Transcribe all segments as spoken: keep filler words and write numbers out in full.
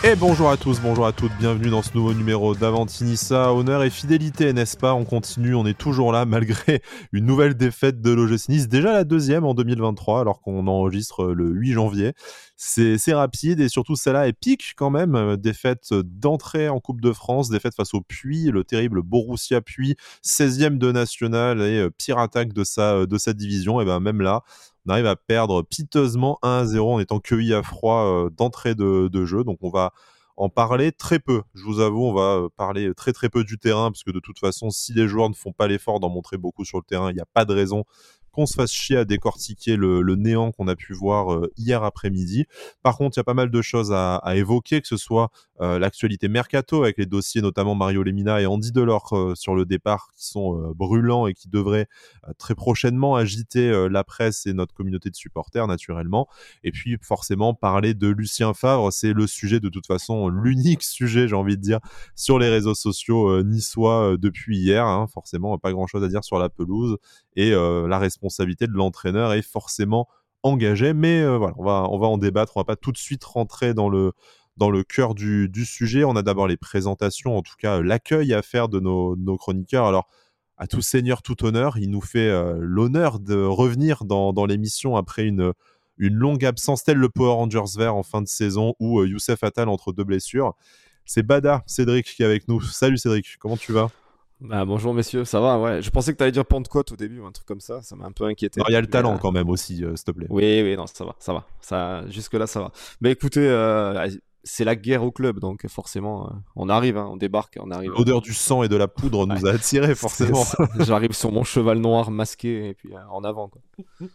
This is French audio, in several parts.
Et bonjour à tous, bonjour à toutes, bienvenue dans ce nouveau numéro d'Avantinissa. Honneur et fidélité, n'est-ce pas ? On continue, on est toujours là malgré une nouvelle défaite de l'O G C Nice, déjà la deuxième en deux mille vingt-trois alors qu'on enregistre le huit janvier. C'est, c'est rapide et surtout celle-là épique quand même, défaite d'entrée en Coupe de France, défaite face au Puy, le terrible Borussia Puy, seizième de national et pire attaque de sa, de sa division. Et ben même là, on arrive à perdre piteusement un à zéro en étant cueilli à froid euh, d'entrée de, de jeu. Donc on va en parler très peu. Je vous avoue, on va parler très très peu du terrain parce que de toute façon, si les joueurs ne font pas l'effort d'en montrer beaucoup sur le terrain, il n'y a pas de raison qu'on se fasse chier à décortiquer le, le néant qu'on a pu voir euh, hier après-midi. Par contre, il y a pas mal de choses à, à évoquer, que ce soit euh, l'actualité mercato avec les dossiers notamment Mario Lemina et Andy Delors euh, sur le départ qui sont euh, brûlants et qui devraient euh, très prochainement agiter euh, la presse et notre communauté de supporters naturellement. Et puis forcément parler de Lucien Favre, c'est le sujet de toute façon, l'unique sujet j'ai envie de dire sur les réseaux sociaux euh, niçois euh, depuis hier. Hein. Forcément, pas grand-chose à dire sur la pelouse et euh, la responsabilité de l'entraîneur est forcément engagée. Mais euh, voilà, on va, on va en débattre, on va pas tout de suite rentrer dans le dans le cœur du, du sujet. On a d'abord les présentations, en tout cas l'accueil à faire de nos, de nos chroniqueurs. Alors, à tout seigneur, tout honneur, il nous fait euh, l'honneur de revenir dans, dans l'émission après une, une longue absence, tel le Power Rangers vert en fin de saison ou euh, Youssef Attal entre deux blessures. C'est Bada, Cédric, qui est avec nous. Salut Cédric, comment tu vas ? Bah, bonjour messieurs, ça va, ouais. Je pensais que t'allais dire Pentecôte au début ou un truc comme ça, ça m'a un peu inquiété. Il y a le talent euh... quand même aussi, euh, s'il te plaît. Oui, oui, non, ça va, ça va. Ça, jusque-là, ça va. Mais écoutez, euh, c'est la guerre au club, donc forcément, euh, on arrive, hein, on débarque, on arrive. L'odeur du sang et de la poudre nous a attirés, forcément. J'arrive sur mon cheval noir masqué et puis euh, en avant, quoi.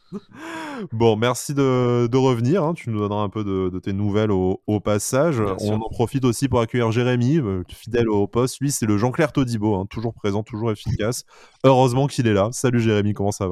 Bon, merci de, de revenir. Hein. Tu nous donneras un peu de, de tes nouvelles au, au passage. Bien On sûr. en profite aussi pour accueillir Jérémy, euh, fidèle au poste. Lui, c'est le Jean-Claire Todibo, hein, toujours présent, toujours efficace. Heureusement qu'il est là. Salut Jérémy, comment ça va ?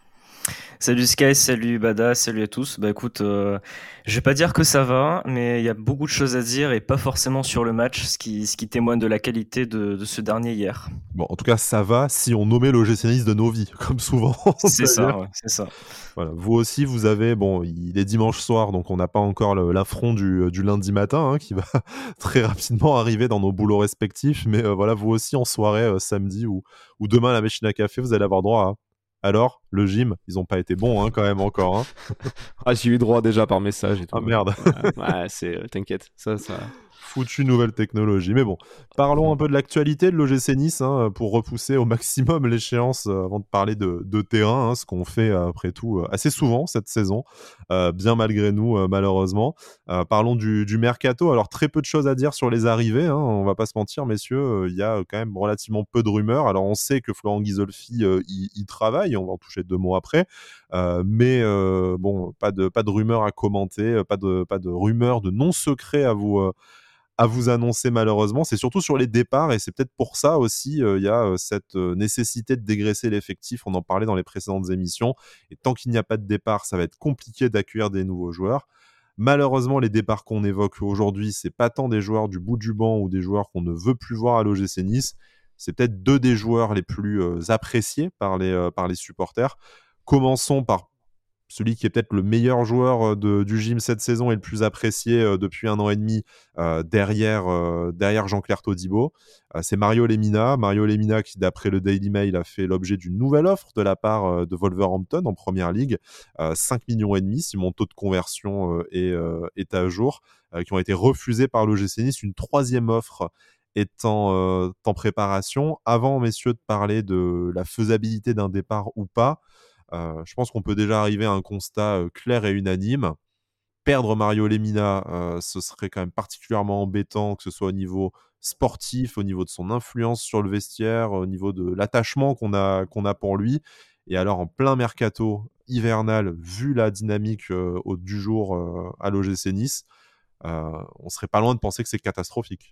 Salut Sky, salut Bada, salut à tous. Bah écoute, euh, je vais pas dire que ça va, mais il y a beaucoup de choses à dire et pas forcément sur le match, ce qui, ce qui témoigne de la qualité de, de ce dernier hier. Bon, en tout cas, ça va si on nommait l'O G C Nice de nos vies, comme souvent. C'est ça, ouais, c'est ça. Voilà. Vous aussi, vous avez, bon, il est dimanche soir, donc on n'a pas encore le, l'affront du, du lundi matin, hein, qui va très rapidement arriver dans nos boulots respectifs, mais euh, voilà, vous aussi en soirée, euh, samedi ou, ou demain à la machine à café, vous allez avoir droit à... Alors, le gym, ils n'ont pas été bons hein, quand même encore. Hein. Ah, j'ai eu droit déjà par message et tout. Ah merde. Ouais, ouais c'est, euh, t'inquiète, ça, ça... Foutu nouvelle technologie. Mais bon, parlons un peu de l'actualité de l'O G C Nice hein, pour repousser au maximum l'échéance euh, avant de parler de, de terrain, hein, ce qu'on fait euh, après tout euh, assez souvent cette saison, euh, bien malgré nous euh, malheureusement. Euh, parlons du, du mercato. Alors très peu de choses à dire sur les arrivées, hein, on va pas se mentir messieurs, il euh, y a quand même relativement peu de rumeurs. Alors on sait que Florent Ghisolfi euh, y, y travaille, on va en toucher deux mots après, euh, mais euh, bon, pas de, pas de rumeurs à commenter, pas de, pas de rumeurs, de non-secrets à vous... Euh, à vous annoncer malheureusement, c'est surtout sur les départs et c'est peut-être pour ça aussi il euh, y a euh, cette euh, nécessité de dégraisser l'effectif, on en parlait dans les précédentes émissions et tant qu'il n'y a pas de départ, ça va être compliqué d'accueillir des nouveaux joueurs. Malheureusement, les départs qu'on évoque aujourd'hui, c'est pas tant des joueurs du bout du banc ou des joueurs qu'on ne veut plus voir à l'O G C Nice, c'est peut-être deux des joueurs les plus euh, appréciés par les, euh, par les supporters. Commençons par celui qui est peut-être le meilleur joueur de, du gym cette saison et le plus apprécié euh, depuis un an et demi euh, derrière, euh, derrière Jean-Claire Todibo. Euh, c'est Mario Lemina. Mario Lemina qui, d'après le Daily Mail, a fait l'objet d'une nouvelle offre de la part euh, de Wolverhampton en Première Ligue. Euh, cinq millions et demi si mon taux de conversion euh, est, euh, est à jour, euh, qui ont été refusés par l'O G C Nice. Une troisième offre est en, euh, en préparation. Avant, messieurs, de parler de la faisabilité d'un départ ou pas, Euh, je pense qu'on peut déjà arriver à un constat euh, clair et unanime. Perdre Mario Lemina, euh, ce serait quand même particulièrement embêtant, que ce soit au niveau sportif, au niveau de son influence sur le vestiaire, au niveau de l'attachement qu'on a, qu'on a pour lui. Et alors, en plein mercato hivernal, vu la dynamique euh, au, du jour euh, à l'O G C Nice, euh, on serait pas loin de penser que c'est catastrophique.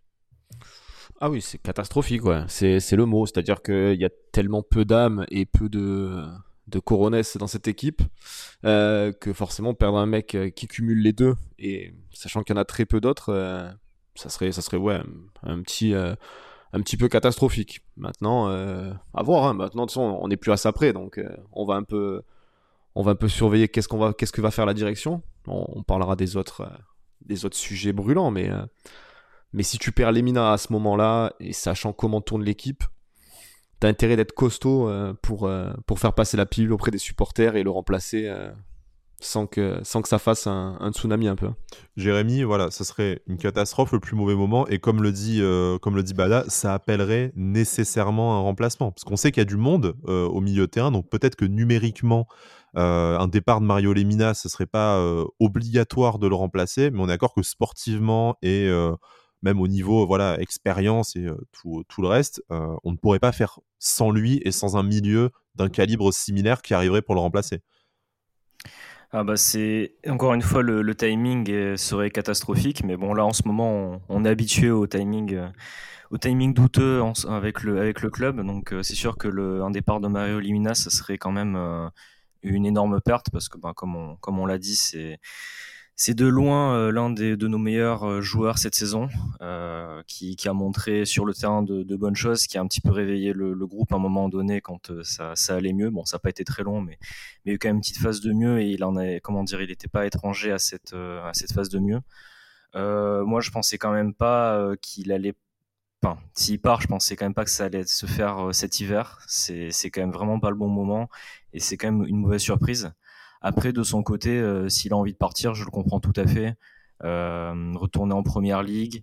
Ah oui, c'est catastrophique, ouais. C'est, c'est le mot. C'est-à-dire qu'il y a tellement peu d'âme et peu de... de Coronès dans cette équipe euh, que forcément perdre un mec euh, qui cumule les deux et sachant qu'il y en a très peu d'autres euh, ça serait ça serait ouais un, un petit euh, un petit peu catastrophique. Maintenant euh, à voir hein. Maintenant de toute façon on n'est plus à ça près donc euh, on va un peu on va un peu surveiller qu'est-ce qu'on va qu'est-ce que va faire la direction. On, on parlera des autres euh, des autres sujets brûlants mais euh, Mais si tu perds Lemina à ce moment-là, et sachant comment tourne l'équipe, t'as intérêt d'être costaud euh, pour, euh, pour faire passer la pilule auprès des supporters et le remplacer euh, sans, que, sans que ça fasse un, un tsunami un peu. Jérémy, voilà, ça serait une catastrophe le plus mauvais moment. Et comme le dit, euh, comme le dit Bada, ça appellerait nécessairement un remplacement. Parce qu'on sait qu'il y a du monde euh, au milieu de terrain, donc peut-être que numériquement, euh, un départ de Mario Lemina, ce serait pas euh, obligatoire de le remplacer, mais on est d'accord que sportivement et euh, même au niveau voilà expérience et euh, tout, tout le reste, euh, on ne pourrait pas faire sans lui et sans un milieu d'un calibre similaire qui arriverait pour le remplacer. Ah bah c'est encore une fois le, le timing est- serait catastrophique, mais bon là en ce moment on, on est habitué au timing euh, au timing douteux en- avec le avec le club, donc euh, c'est sûr que le un départ de Mario Limina ça serait quand même euh, une énorme perte parce que ben, comme on comme on l'a dit c'est c'est de loin euh, l'un des de nos meilleurs euh, joueurs cette saison euh, qui qui a montré sur le terrain de, de bonnes choses, qui a un petit peu réveillé le, le groupe à un moment donné quand euh, ça ça allait mieux. Bon ça n'a pas été très long mais mais il y a eu quand même une petite phase de mieux et il en est comment dire il n'était pas étranger à cette euh, à cette phase de mieux. Euh, moi je pensais quand même pas euh, qu'il allait Enfin, s'il part, je pensais quand même pas que ça allait se faire euh, cet hiver. C'est, c'est quand même vraiment pas le bon moment et c'est quand même une mauvaise surprise. Après, de son côté, euh, s'il a envie de partir, je le comprends tout à fait. Euh, retourner en première ligue,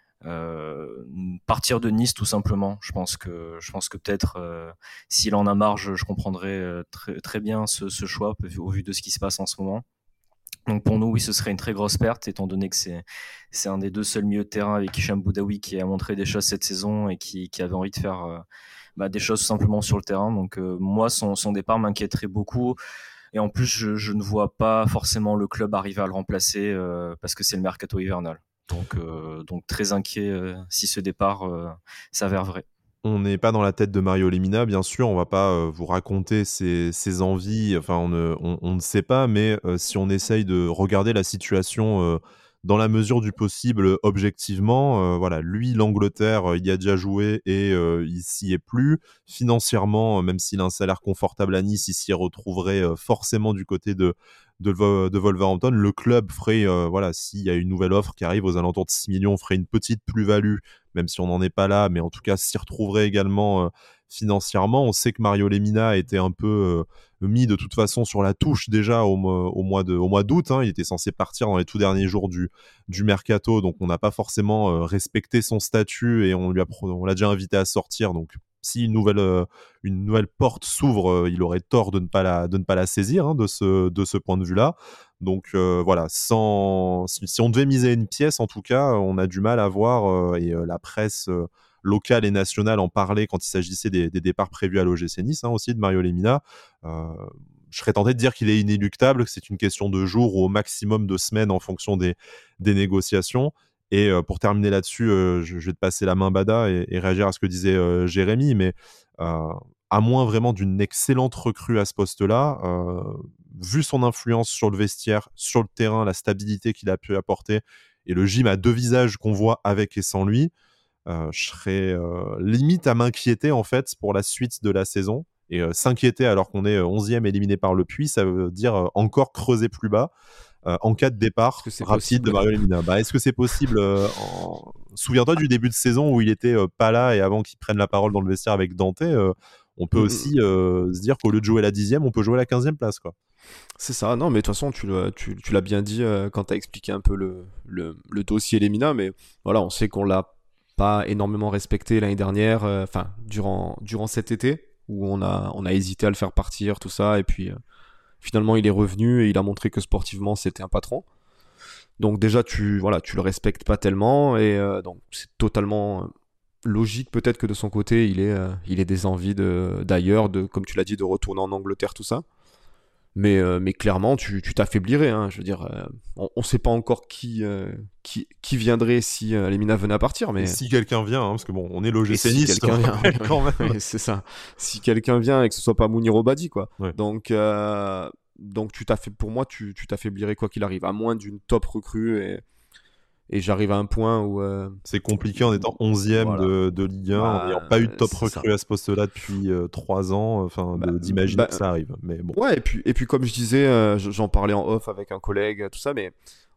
euh, partir de Nice tout simplement. Je pense que, je pense que peut-être euh, s'il en a marre, je, je comprendrais euh, très, très bien ce, ce choix au vu de ce qui se passe en ce moment. Donc pour nous, oui, ce serait une très grosse perte, étant donné que c'est, c'est un des deux seuls milieux de terrain avec Hicham Boudaoui qui a montré des choses cette saison et qui, qui avait envie de faire euh, bah, des choses tout simplement sur le terrain. Donc euh, moi, son, son départ m'inquiéterait beaucoup. Et en plus, je, je ne vois pas forcément le club arriver à le remplacer euh, parce que c'est le mercato hivernal. Donc, euh, donc très inquiet euh, si ce départ euh, s'avère vrai. On n'est pas dans la tête de Mario Lemina, bien sûr, on va pas euh, vous raconter ses, ses envies, enfin on ne, on, on ne sait pas, mais euh, si on essaye de regarder la situation euh, dans la mesure du possible objectivement, euh, voilà, lui, l'Angleterre, euh, il y a déjà joué et euh, il s'y est plus. Financièrement, euh, même s'il a un salaire confortable à Nice, il s'y retrouverait euh, forcément du côté de, de, Vo- de Wolverhampton. Le club ferait, euh, voilà, s'il y a une nouvelle offre qui arrive aux alentours de six millions, ferait une petite plus-value même si on n'en est pas là, mais en tout cas s'y retrouverait également euh, financièrement. On sait que Mario Lemina a été un peu euh, mis de toute façon sur la touche déjà au, au mois de, au mois d'août. Hein. Il était censé partir dans les tout derniers jours du, du mercato, donc on n'a pas forcément euh, respecté son statut et on lui a, on l'a déjà invité à sortir. Donc si une nouvelle, euh, une nouvelle porte s'ouvre, euh, il aurait tort de ne pas la, de ne pas la saisir hein, de, ce, de ce point de vue-là. Donc euh, voilà, sans, si, si on devait miser une pièce, en tout cas, on a du mal à voir, euh, et euh, la presse euh, locale et nationale en parlait quand il s'agissait des, des départs prévus à l'O G C Nice, hein, aussi de Mario Lemina. Euh, je serais tenté de dire qu'il est inéluctable, que c'est une question de jours ou au maximum de semaines en fonction des, des négociations. Et euh, pour terminer là-dessus, euh, je, je vais te passer la main, Bada, et, et réagir à ce que disait euh, Jérémy, mais euh, à moins vraiment d'une excellente recrue à ce poste-là, euh, vu son influence sur le vestiaire, sur le terrain, la stabilité qu'il a pu apporter, et le gym à deux visages qu'on voit avec et sans lui, euh, je serais euh, limite à m'inquiéter en fait pour la suite de la saison. Et euh, s'inquiéter alors qu'on est onzième éliminé par le Puy, ça veut dire euh, encore creuser plus bas. Euh, en cas de départ rapide possible de Mario Lemina. Bah, est-ce que c'est possible euh, en... Souviens-toi du début de saison où il était euh, pas là et avant qu'il prenne la parole dans le vestiaire avec Dante, euh, on peut mmh. aussi euh, se dire qu'au lieu de jouer la dixième, on peut jouer la quinzième place, quoi. C'est ça, non mais de toute façon tu l'as, tu, tu l'as bien dit euh, quand tu as expliqué un peu le, le, le dossier Lemina, mais voilà, on sait qu'on l'a pas énormément respecté l'année dernière, enfin euh, durant, durant cet été, où on a, on a hésité à le faire partir, tout ça, et puis... Euh, Finalement, il est revenu et il a montré que sportivement, c'était un patron. Donc déjà, tu voilà, tu le respectes pas tellement et euh, donc c'est totalement logique peut-être que de son côté, il ait, euh, il ait des envies de, d'ailleurs, de, comme tu l'as dit, de retourner en Angleterre, tout ça. Mais, euh, mais clairement, tu, tu t'affaiblirais. Hein. Je veux dire, euh, on ne sait pas encore qui, euh, qui, qui viendrait si euh, Lemina venait à partir. Mais... Et si quelqu'un vient, hein, parce que bon, on est logé si Nice, quelqu'un vient, quand même. Oui, c'est ça. Si quelqu'un vient et que ce soit pas Mounir Obadi, quoi. Ouais. Donc, euh, donc tu t'as fait, pour moi, tu, tu t'affaiblirais quoi qu'il arrive, à moins d'une top recrue et. Et j'arrive à un point où... Euh, c'est compliqué en étant onzième voilà. de, de Ligue un, bah, en n'ayant pas eu de top recrue ça. à ce poste-là depuis euh, trois ans, enfin, bah, d'imaginer bah, que ça arrive. Mais bon. Ouais, et puis, et puis comme je disais, euh, j'en parlais en off avec un collègue, tout ça, mais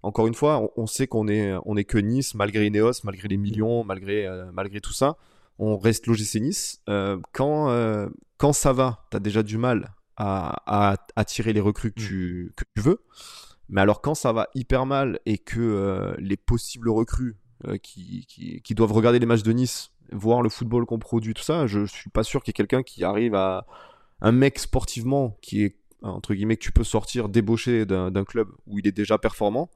encore une fois, on, on sait qu'on est, on est que Nice, malgré Ineos, malgré les millions, malgré, euh, malgré tout ça, on reste l'O G C Nice. Euh, quand, euh, quand ça va, tu as déjà du mal à, à attirer les recrues que tu, que tu veux. Mais alors quand ça va hyper mal et que euh, les possibles recrues euh, qui, qui, qui doivent regarder les matchs de Nice, voir le football qu'on produit, tout ça, je suis pas sûr qu'il y ait quelqu'un qui arrive à... Un mec sportivement qui est, entre guillemets, que tu peux sortir, débaucher d'un, d'un club où il est déjà performant.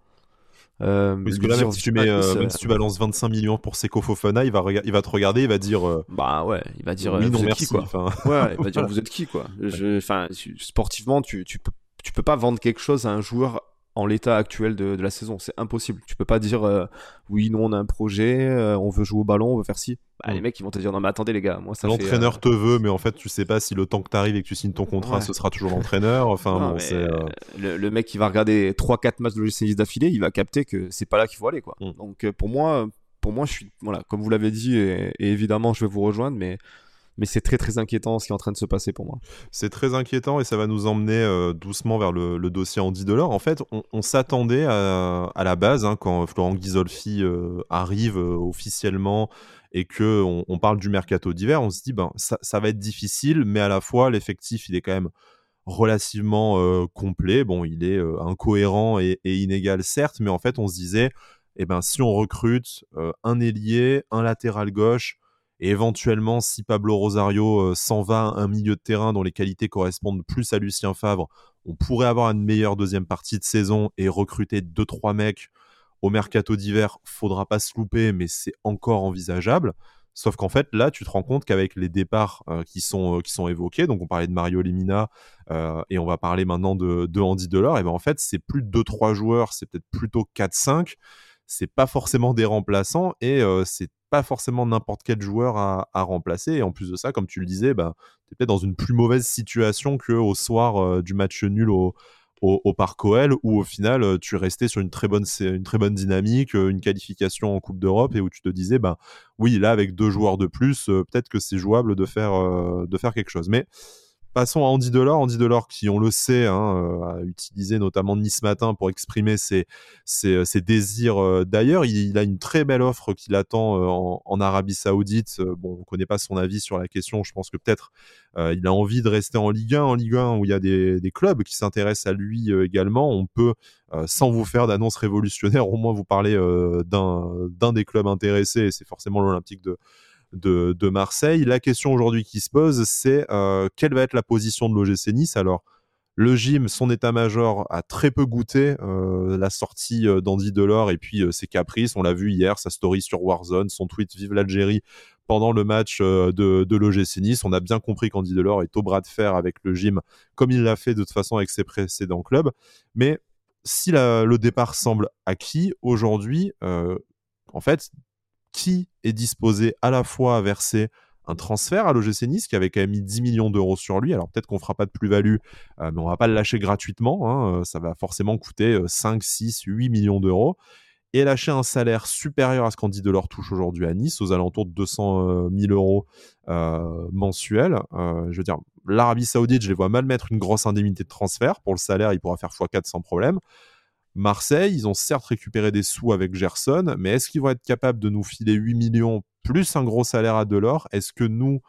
Euh, Parce lui que là, dire, même si tu, mets, Nice, euh, euh, même si tu balances vingt-cinq millions pour Seko Fofana, il va, rega- il va te regarder, il va dire euh, bah ouais, il va dire oui, euh, non, vous êtes merci. qui quoi. Enfin, Ouais, il va dire vous êtes qui quoi. Je, enfin, sportivement, tu, tu peux, tu peux pas vendre quelque chose à un joueur en l'état actuel de, de la saison, c'est impossible. Tu peux pas dire euh, oui, nous on a un projet, euh, on veut jouer au ballon, on veut faire ci. Bah, Mm. les mecs ils vont te dire non mais attendez les gars, moi ça l'entraîneur fait, euh... te veut, mais en fait, tu sais pas si le temps que tu arrives et que tu signes ton contrat, Ouais. ce sera toujours l'entraîneur. Enfin, Non, bon, mais c'est. Euh... le, le mec qui va regarder trois quatre matchs de l'O G C Nice d'affilée, il va capter que c'est pas là qu'il faut aller quoi. Mm. Donc euh, pour moi, pour moi je suis voilà, comme vous l'avez dit et, et évidemment je vais vous rejoindre, mais mais c'est très très inquiétant ce qui est en train de se passer pour moi. C'est très inquiétant et ça va nous emmener euh, doucement vers le, le dossier Andy Delors. En fait, on, on s'attendait à, à la base, hein, quand Florent Ghisolfi euh, arrive euh, officiellement et qu'on on parle du mercato d'hiver, on se dit ben ça, ça va être difficile, mais à la fois l'effectif il est quand même relativement euh, complet. Bon, il est euh, incohérent et, et inégal certes, mais en fait on se disait eh ben si on recrute euh, un ailier, un latéral gauche et éventuellement, si Pablo Rosario euh, s'en va, un milieu de terrain dont les qualités correspondent plus à Lucien Favre, on pourrait avoir une meilleure deuxième partie de saison et recruter deux trois mecs au mercato d'hiver. Faudra pas se louper, mais c'est encore envisageable. Sauf qu'en fait, là, tu te rends compte qu'avec les départs euh, qui, sont, euh, qui sont évoqués, donc on parlait de Mario Lemina euh, et on va parler maintenant de, de Andy Delors, et ben en fait, c'est plus deux trois joueurs, c'est peut-être plutôt quatre cinq. C'est pas forcément des remplaçants et euh, c'est pas forcément n'importe quel joueur à, à remplacer. Et en plus de ça, comme tu le disais, bah, tu es peut-être dans une plus mauvaise situation qu'au soir euh, du match nul au, au, au Parc O L, où au final, euh, tu restais sur une très bonne, une très bonne dynamique, euh, une qualification en Coupe d'Europe, et où tu te disais, bah, oui, là, avec deux joueurs de plus, euh, peut-être que c'est jouable de faire, euh, de faire quelque chose. Mais passons à Andy Delors. Andy Delors qui, on le sait, hein, euh, a utilisé notamment Nice Matin pour exprimer ses, ses, ses désirs euh, d'ailleurs. Il, il a une très belle offre qui l'attend euh, en, en Arabie Saoudite. Euh, bon, on ne connaît pas son avis sur la question. Je pense que peut-être euh, il a envie de rester en Ligue un, en Ligue un où il y a des, des clubs qui s'intéressent à lui euh, également. On peut, euh, sans vous faire d'annonce révolutionnaire, au moins vous parler euh, d'un, d'un des clubs intéressés. Et c'est forcément l'Olympique de De, de Marseille. La question aujourd'hui qui se pose, c'est euh, quelle va être la position de l'O G C Nice. Alors, le gym, son état-major a très peu goûté euh, la sortie euh, d'Andy Delors et puis euh, ses caprices. On l'a vu hier, sa story sur Warzone, son tweet Vive l'Algérie pendant le match euh, de, de l'O G C Nice. On a bien compris qu'Andy Delors est au bras de fer avec le gym, comme il l'a fait de toute façon avec ses précédents clubs. Mais si la, le départ semble acquis, aujourd'hui, euh, en fait, qui est disposé à la fois à verser un transfert à l'O G C Nice qui avait quand même mis dix millions d'euros sur lui. Alors peut-être qu'on ne fera pas de plus-value, euh, mais on ne va pas le lâcher gratuitement. Hein. Ça va forcément coûter euh, cinq, six, huit millions d'euros. Et lâcher un salaire supérieur à ce qu'Andy Delors touche aujourd'hui à Nice, aux alentours de deux cent mille euros euh, mensuels. Euh, je veux dire, l'Arabie Saoudite, je les vois mal mettre une grosse indemnité de transfert. Pour le salaire, il pourra faire fois quatre sans problème. Marseille, ils ont certes récupéré des sous avec Gerson, mais est-ce qu'ils vont être capables de nous filer huit millions plus un gros salaire à Delors? Est-ce que nous,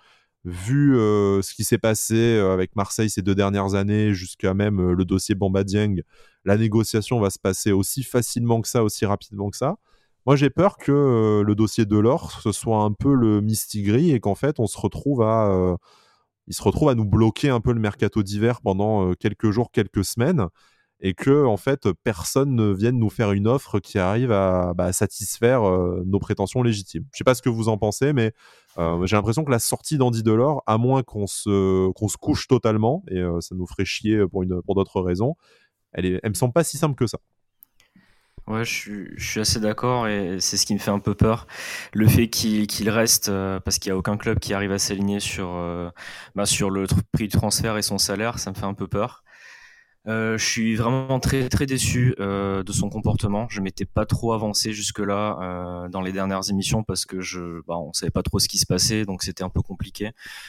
vu euh, ce qui s'est passé euh, avec Marseille ces deux dernières années, jusqu'à même euh, le dossier Bamba Dieng, la négociation va se passer aussi facilement que ça, aussi rapidement que ça? Moi, j'ai peur que euh, le dossier Delors, ce soit un peu le mistigris et qu'en fait, on se retrouve à... Euh, il se retrouve à nous bloquer un peu le mercato d'hiver pendant euh, quelques jours, quelques semaines, et que en fait personne ne vienne nous faire une offre qui arrive à bah, satisfaire euh, nos prétentions légitimes. Je sais pas ce que vous en pensez, mais euh, j'ai l'impression que la sortie d'Andy Delors, à moins qu'on se qu'on se couche totalement, et euh, ça nous ferait chier pour une pour d'autres raisons, elle est, elle me semble pas si simple que ça. Ouais, je suis, je suis assez d'accord et c'est ce qui me fait un peu peur. Le fait qu'il qu'il reste, euh, parce qu'il n'y a aucun club qui arrive à s'aligner sur, euh, bah, sur le tr- prix du transfert et son salaire, ça me fait un peu peur. Euh, je suis vraiment très très déçu euh, de son comportement. Je m'étais pas trop avancé jusque-là euh, dans les dernières émissions parce que je, bah, on savait pas trop ce qui se passait, donc c'était un peu compliqué.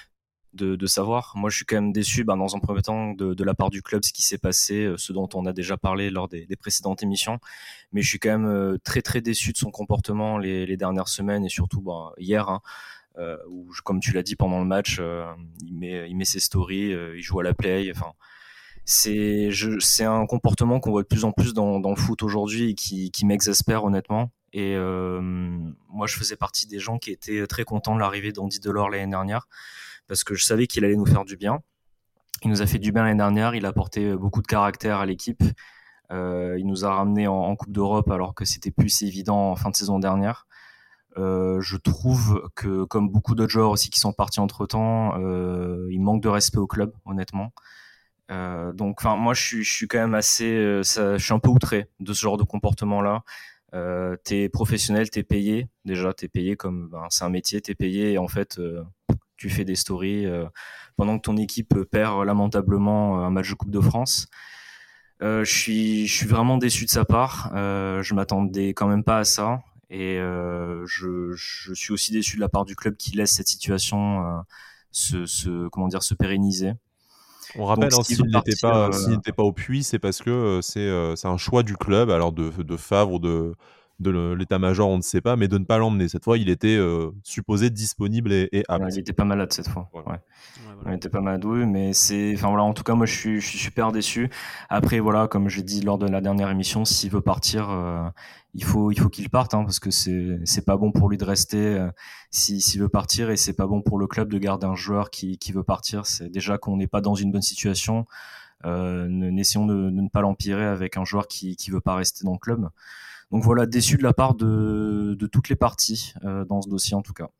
de, de savoir. Moi, je suis quand même déçu, ben, dans un premier temps, de, de la part du club, ce qui s'est passé, ce dont on a déjà parlé lors des, des précédentes émissions. Mais je suis quand même très très déçu de son comportement les, les dernières semaines et surtout ben, hier, hein, euh, où, comme tu l'as dit pendant le match, euh, il met il met ses stories, euh, il joue à la play. Enfin, c'est je, c'est un comportement qu'on voit de plus en plus dans, dans le foot aujourd'hui et qui, qui m'exaspère honnêtement. Et euh, moi, je faisais partie des gens qui étaient très contents de l'arrivée d'Andy Delors l'année dernière parce que je savais qu'il allait nous faire du bien. Il nous a fait du bien l'année dernière. Il a apporté beaucoup de caractère à l'équipe. Euh, il nous a ramené en, en Coupe d'Europe alors que c'était plus évident en fin de saison dernière. Euh, je trouve que, comme beaucoup d'autres joueurs aussi qui sont partis entre temps, euh, il manque de respect au club, honnêtement. Euh, donc, enfin, moi, je suis, je suis quand même assez, euh, ça, je suis un peu outré de ce genre de comportement-là. Euh, t'es professionnel, t'es payé. Déjà, t'es payé comme, ben, c'est un métier, t'es payé et en fait, euh, tu fais des stories euh, pendant que ton équipe perd lamentablement un match de Coupe de France. Euh, je suis, je suis vraiment déçu de sa part. Euh, je m'attendais quand même pas à ça. Et euh, je, je suis aussi déçu de la part du club qui laisse cette situation euh, se, se, comment dire, se pérenniser. On rappelle, Donc, hein, s'il s'il veut n'était partir, pas, euh, s'il n'était pas au puits, c'est parce que euh, c'est, euh, c'est un choix du club, alors de, de Favre ou de, de le- l'état-major, on ne sait pas, mais de ne pas l'emmener. Cette fois, il était euh, supposé disponible et, et ouais, apte. il était pas malade cette fois. Voilà. Ouais. Ouais, voilà. Il était pas malade, oui, mais c'est, enfin voilà, en tout cas, moi, je suis, je suis super déçu. Après, voilà, comme j'ai dit lors de la dernière émission, s'il veut partir, euh, il faut, il faut qu'il parte, hein, parce que c'est, c'est pas bon pour lui de rester euh, si, s'il veut partir, et c'est pas bon pour le club de garder un joueur qui, qui veut partir. C'est déjà qu'on n'est pas dans une bonne situation. Euh, n'essayons de, de ne pas l'empirer avec un joueur qui, qui veut pas rester dans le club. Donc voilà, déçu de la part de, de toutes les parties euh, dans ce dossier en tout cas.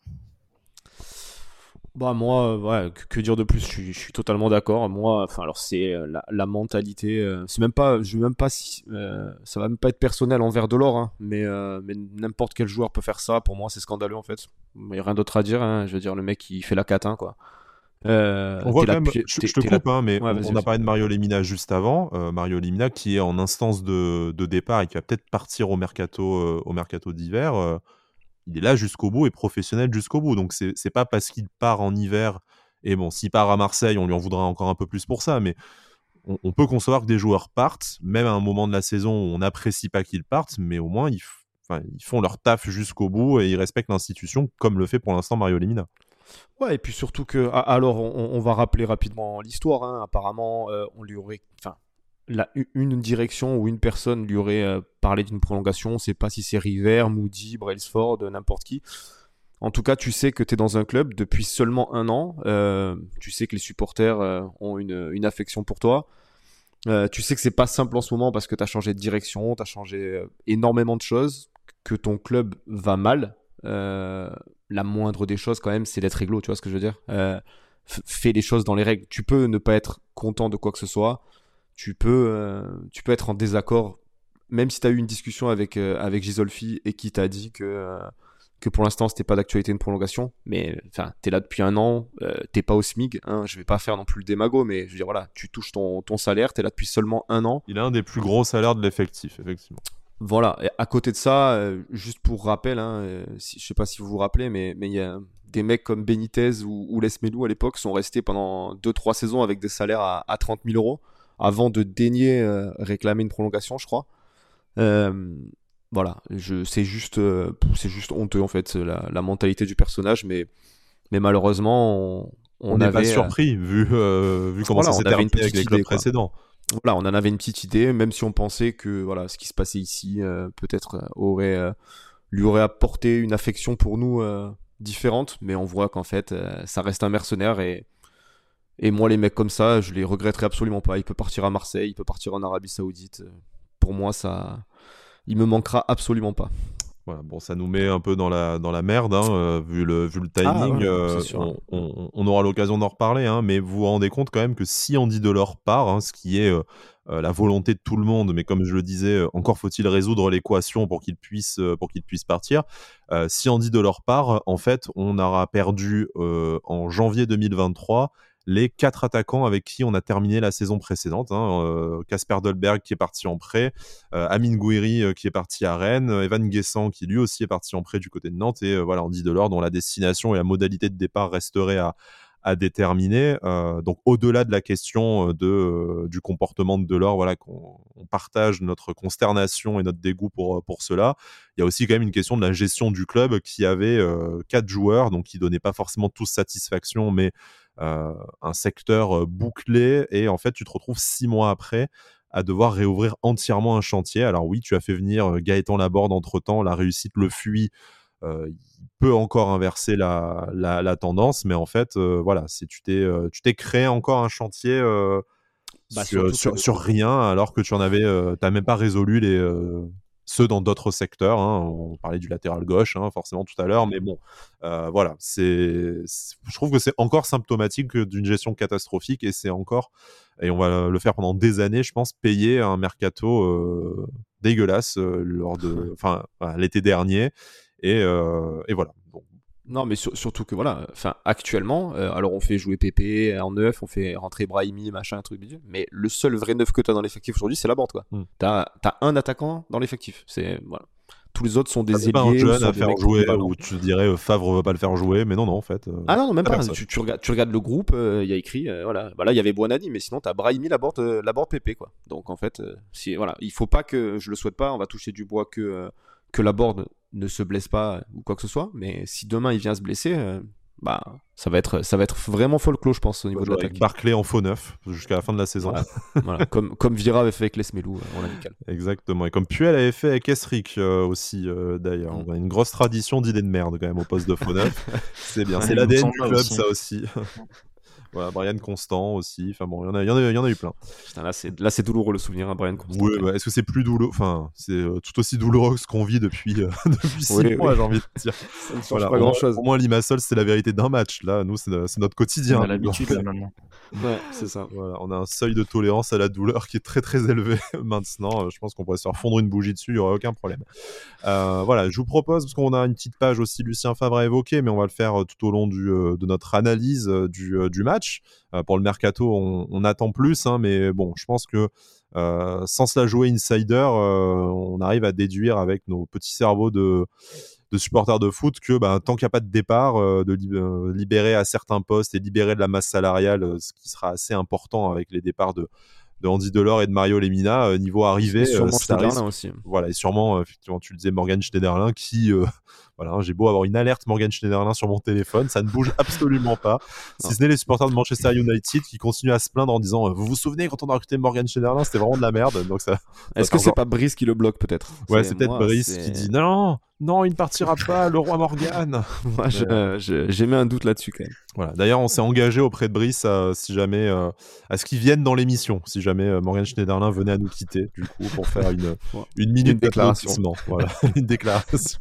Bah moi, euh, ouais, que, que dire de plus? Je suis, je suis totalement d'accord. Moi, enfin alors c'est euh, la, la mentalité. Euh, c'est même pas, je veux même pas si, euh, ça va même pas être personnel envers Delors, hein, mais euh, mais n'importe quel joueur peut faire ça. Pour moi, c'est scandaleux en fait. Il y a rien d'autre à dire. Hein. Je veux dire, le mec il fait la catin quoi. On Euh, voit t'es quand là même, depuis, je, t'es, je te t'es là. coupe, hein, mais Ouais, on, vas-y, on a vas-y. parlé de Mario Lemina juste avant. Euh, Mario Lemina qui est en instance de, de départ et qui va peut-être partir au mercato, euh, au mercato d'hiver. Euh, il est là jusqu'au bout et professionnel jusqu'au bout. Donc c'est, c'est pas parce qu'il part en hiver. Et bon, s'il part à Marseille, on lui en voudra encore un peu plus pour ça. Mais on, on peut concevoir que des joueurs partent, même à un moment de la saison où on n'apprécie pas qu'ils partent, mais au moins ils, f- enfin, ils font leur taf jusqu'au bout et ils respectent l'institution, comme le fait pour l'instant Mario Lemina. Ouais, et puis surtout que, ah, alors, on, on va rappeler rapidement l'histoire. Hein. Apparemment, euh, on lui aurait, enfin, la- une direction ou une personne lui aurait euh, parlé d'une prolongation. On ne sait pas si c'est River, Moody, Brailsford, n'importe qui. En tout cas, tu sais que tu es dans un club depuis seulement un an. Euh, tu sais que les supporters euh, ont une, une affection pour toi. Euh, tu sais que c'est pas simple en ce moment parce que tu as changé de direction, tu as changé euh, énormément de choses, que ton club va mal. Euh, la moindre des choses, quand même, c'est d'être réglo, tu vois ce que je veux dire. Euh, f- Fais les choses dans les règles. Tu peux ne pas être content de quoi que ce soit. Tu peux, euh, tu peux être en désaccord, même si tu as eu une discussion avec, euh, avec Gisolfi et qui t'a dit que, euh, que pour l'instant, c'était pas d'actualité une prolongation. Mais enfin, tu es là depuis un an, euh, t'es pas au SMIG. Hein, je vais pas faire non plus le démago, mais je veux dire, voilà, tu touches ton, ton salaire, tu es là depuis seulement un an. Il a un des plus gros salaires de l'effectif, effectivement. Voilà, et à côté de ça, euh, juste pour rappel, hein, euh, si, je sais pas si vous vous rappelez, mais mais il y a des mecs comme Benitez ou, ou Les Melou à l'époque sont restés pendant deux trois saisons avec des salaires à, à trente mille euros avant de daigner euh, réclamer une prolongation, je crois. Euh, voilà, je, c'est juste, euh, c'est juste honteux en fait, la, la mentalité du personnage, mais, mais malheureusement, on, On on n'est pas avait, euh, surpris, vu, euh, vu comment voilà, ça on s'est avait une terminé avec petite les clubs idée, quoi. précédents. Voilà, on en avait une petite idée, même si on pensait que voilà, ce qui se passait ici euh, peut-être euh, aurait, euh, lui aurait apporté une affection pour nous euh, différente, mais on voit qu'en fait, euh, ça reste un mercenaire et, et moi, les mecs comme ça, je les regretterai absolument pas. Il peut partir à Marseille, il peut partir en Arabie Saoudite. Pour moi, ça, il me manquera absolument pas. Voilà, bon, ça nous met un peu dans la, dans la merde, hein, euh, vu, le, vu le Ah timing. ouais, c'est Euh, sûr. on, on- on aura l'occasion d'en reparler, hein, mais vous vous rendez compte quand même que si Andy Delors part, hein, ce qui est euh, euh, la volonté de tout le monde, mais comme je le disais, euh, encore faut-il résoudre l'équation pour qu'il puisse, euh, pour qu'il puisse partir. Euh, si Andy Delors part, en fait, on aura perdu euh, en janvier deux mille vingt-trois les quatre attaquants avec qui on a terminé la saison précédente. Casper hein, euh, Dolberg qui est parti en prêt, euh, Amine Gouiri euh, qui est parti à Rennes, euh, Evan Guessant qui lui aussi est parti en prêt du côté de Nantes, et euh, voilà, Andy Delors dont la destination et la modalité de départ resterait à, à déterminer. Euh, donc, au-delà de la question de, euh, du comportement de Delors, voilà, qu'on on partage notre consternation et notre dégoût pour, pour cela. Il y a aussi quand même une question de la gestion du club qui avait euh, quatre joueurs, donc qui donnaient pas forcément tous satisfaction, mais euh, un secteur bouclé. Et en fait, tu te retrouves six mois après à devoir réouvrir entièrement un chantier. Alors oui, tu as fait venir Gaëtan Laborde entre-temps, la réussite le fuit. Euh, il peut encore inverser la, la, la tendance, mais en fait, euh, voilà, c'est, tu, t'es, euh, tu t'es créé encore un chantier euh, Bah, sur, surtout sur, que- sur rien, alors que tu en avais, euh, t'as même pas résolu les, euh, ceux dans d'autres secteurs. Hein. On parlait du latéral gauche, hein, forcément tout à l'heure, mais bon, euh, voilà, c'est, c'est- je trouve que c'est encore symptomatique d'une gestion catastrophique, et c'est encore, et on va le faire pendant des années, je pense, payer un mercato euh, dégueulasse euh, lors de, enfin, voilà, l'été dernier. Et, euh, et voilà. Bon. Non, mais sur- surtout que voilà, enfin actuellement, euh, alors on fait jouer Pépé en neuf, on fait rentrer Brahimi, machin, un truc bidule, mais le seul vrai neuf que tu as dans l'effectif aujourd'hui, c'est Laborde, quoi. Mm. T'as as un attaquant dans l'effectif, c'est voilà. Tous les autres sont des C'est pas un ailiers ou jeune sont à des faire mecs jouer polyvalents. où tu dirais euh, Favre veut pas le faire jouer, mais non, non, en fait. euh, Ah non, non, même t'as pas. personne. Tu, tu regardes, tu regardes le groupe, il euh, y a écrit, euh, voilà. Bah là, il y avait Buonani, mais sinon, t'as Brahimi, Laborde, euh, Laborde, Pépé, quoi. Donc en fait, euh, si, voilà, il faut pas que, je le souhaite pas, on va toucher du bois que, euh, que Laborde ne se blesse pas euh, ou quoi que ce soit, mais si demain il vient se blesser, euh, bah ça va être, ça va être vraiment folklore, je pense, au niveau de Avec l'attaque. Barclay en faux neuf jusqu'à la fin de la saison. Voilà, voilà. Comme, comme Vira avait fait avec Les Smelou euh, en amical. Exactement. Et comme Puel avait fait avec Esric euh, aussi, euh, d'ailleurs. Mm. On a une grosse tradition d'idées de merde quand même au poste de faux neuf. C'est bien. Ouais, C'est il l'A D N me du semble club, aussi. ça aussi. Voilà, Brian Constant aussi. Enfin bon, il y en a, il y en a, il y en a eu plein. Putain, là, c'est, là, c'est douloureux le souvenir, hein, Brian Constant. Oui, quand même. bah, est-ce que c'est plus douloureux? Enfin, c'est euh, tout aussi douloureux que ce qu'on vit depuis, euh, depuis six Oui, mois, oui. j'ai envie de dire. Ça ne change Voilà, pas au moins, grand chose. au moins Limassol, c'est la vérité d'un match. Là, nous, c'est, c'est notre On quotidien. a l'habitude là maintenant. Ouais, c'est ça. Voilà, on a un seuil de tolérance à la douleur qui est très très élevé maintenant. Je pense qu'on pourrait se faire fondre une bougie dessus, il n'y aurait aucun problème. Euh, voilà, je vous propose, parce qu'on a une petite page aussi, Lucien Favre a évoqué, mais on va le faire tout au long du, euh, de notre analyse euh, du, euh, du match. Euh, pour le mercato, on, on attend plus, hein, mais bon, je pense que euh, sans se la jouer insider, euh, on arrive à déduire avec nos petits cerveaux de de supporters de foot que bah, tant qu'il n'y a pas de départ, euh, de lib- euh, libérer à certains postes et libérer de la masse salariale, euh, ce qui sera assez important avec les départs de, de Andy Delors et de Mario Lemina, euh, niveau arrivée, Et sûrement euh, ça Schneiderlin risque. aussi. Voilà, et sûrement, euh, effectivement, tu le disais, Morgan Schneiderlin, qui, euh, voilà, hein, j'ai beau avoir une alerte Morgan Schneiderlin sur mon téléphone, ça ne bouge absolument pas. Non. Si ce n'est les supporters de Manchester United qui continuent à se plaindre en disant, euh, vous vous souvenez quand on a recruté Morgan Schneiderlin, c'était vraiment de la merde. Donc ça. Est-ce ça que c'est encore... pas Brice qui le bloque peut-être? Ouais, c'est peut-être moi, Brice c'est... qui dit non, non, il ne partira pas, le roi Morgan. Moi, je, euh, je, j'ai mis un doute là-dessus quand même. Voilà. D'ailleurs, on s'est engagé auprès de Brice à, si jamais, euh, à ce qu'il vienne dans l'émission, si jamais euh, Morgan Schneiderlin venait à nous quitter, du coup, pour faire une, Ouais. une minute Une déclaration. d'applaudissement. Voilà, une déclaration.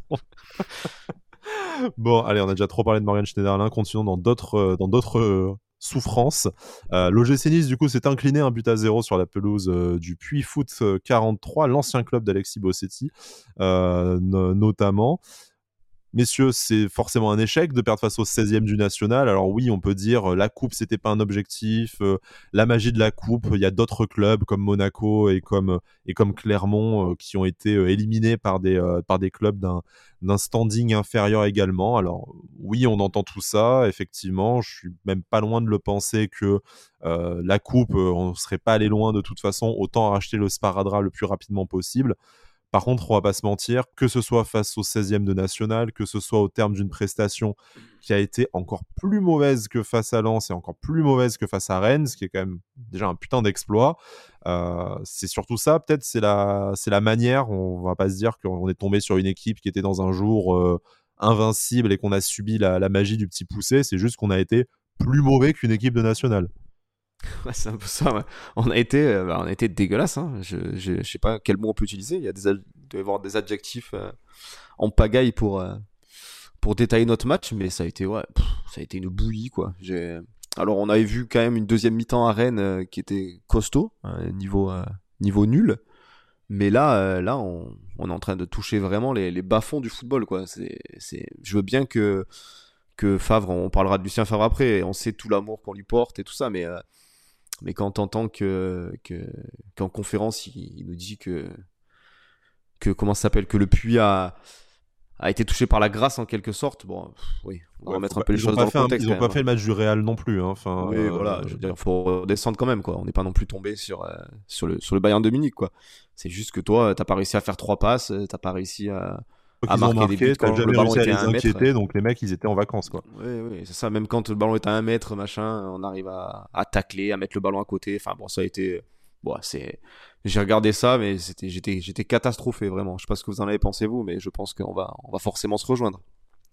Bon, allez, on a déjà trop parlé de Morgan Schneiderlin. Continuons dans d'autres, euh, dans d'autres euh, souffrances. Euh, L'O G C Nice, du coup, s'est incliné un but à zéro sur la pelouse euh, du Puy Foot euh, quarante-trois, l'ancien club d'Alexis Bossetti, euh, no- notamment. Messieurs, c'est forcément un échec de perdre face au seizième du national. Alors oui, on peut dire euh, la coupe, c'était pas un objectif. Euh, la magie de la coupe, il y a d'autres clubs comme Monaco et comme, et comme Clermont euh, qui ont été euh, éliminés par des, euh, par des clubs d'un, d'un standing inférieur également. Alors oui, on entend tout ça. Effectivement, je suis même pas loin de le penser que euh, la coupe, euh, on serait pas allé loin de toute façon. Autant racheter le sparadrap le plus rapidement possible. Par contre, on va pas se mentir, que ce soit face au seizième de national, que ce soit au terme d'une prestation qui a été encore plus mauvaise que face à Lens et encore plus mauvaise que face à Rennes, ce qui est quand même déjà un putain d'exploit. Euh, c'est surtout ça, peut-être, c'est la, c'est la manière. On va pas se dire qu'on est tombé sur une équipe qui était dans un jour euh, invincible et qu'on a subi la, la magie du petit poussé. C'est juste qu'on a été plus mauvais qu'une équipe de national. Ouais, c'est un peu ça. Ouais. On a été, euh, bah, on a été dégueulasse. Hein. Je, je, je sais pas quel mot on peut utiliser. Il y a des, ad... il doit y avoir des adjectifs euh, en pagaille pour euh, pour détailler notre match, mais ça a été, ouais, pff, ça a été une bouillie quoi. J'ai... Alors on avait vu quand même une deuxième mi-temps à Rennes euh, qui était costaud, hein, niveau euh, niveau nul. Mais là, euh, là, on, on est en train de toucher vraiment les, les bas-fonds du football quoi. C'est, c'est... Je veux bien que que Favre, on parlera de Lucien Favre après. On sait tout l'amour qu'on lui porte et tout ça, mais euh, Mais quand t'entends que, que, qu'en conférence, il, il nous dit que, que comment ça s'appelle, que le Puy a, a été touché par la grâce en quelque sorte. Bon, pff, oui, on va Ouais, remettre faut un pas- peu les ils ont choses pas dans le fait un- contexte. ils quand ont pas même, fait le match du Real non plus. Hein. Enfin, oui, euh, voilà, je veux dire, faut redescendre quand même, quoi. On n'est pas non plus tombé sur, euh, sur, le, sur le Bayern de Munich, quoi. C'est juste que toi, t'as pas réussi à faire trois passes, euh, t'as pas réussi à, Donc à ils ont marquer des buts marqué, t'as quand le jamais ballon réussi à était à les un mètre. inquiéter, donc les mecs ils étaient en vacances quoi. Oui, oui, c'est ça. Même quand le ballon est à un mètre, machin, on arrive à, à tacler, à mettre le ballon à côté. Enfin bon, ça a été. Bon, c'est. J'ai regardé ça, mais c'était, j'étais, j'étais catastrophé vraiment. Je sais pas ce que vous en avez pensé vous, mais je pense qu'on va, on va forcément se rejoindre.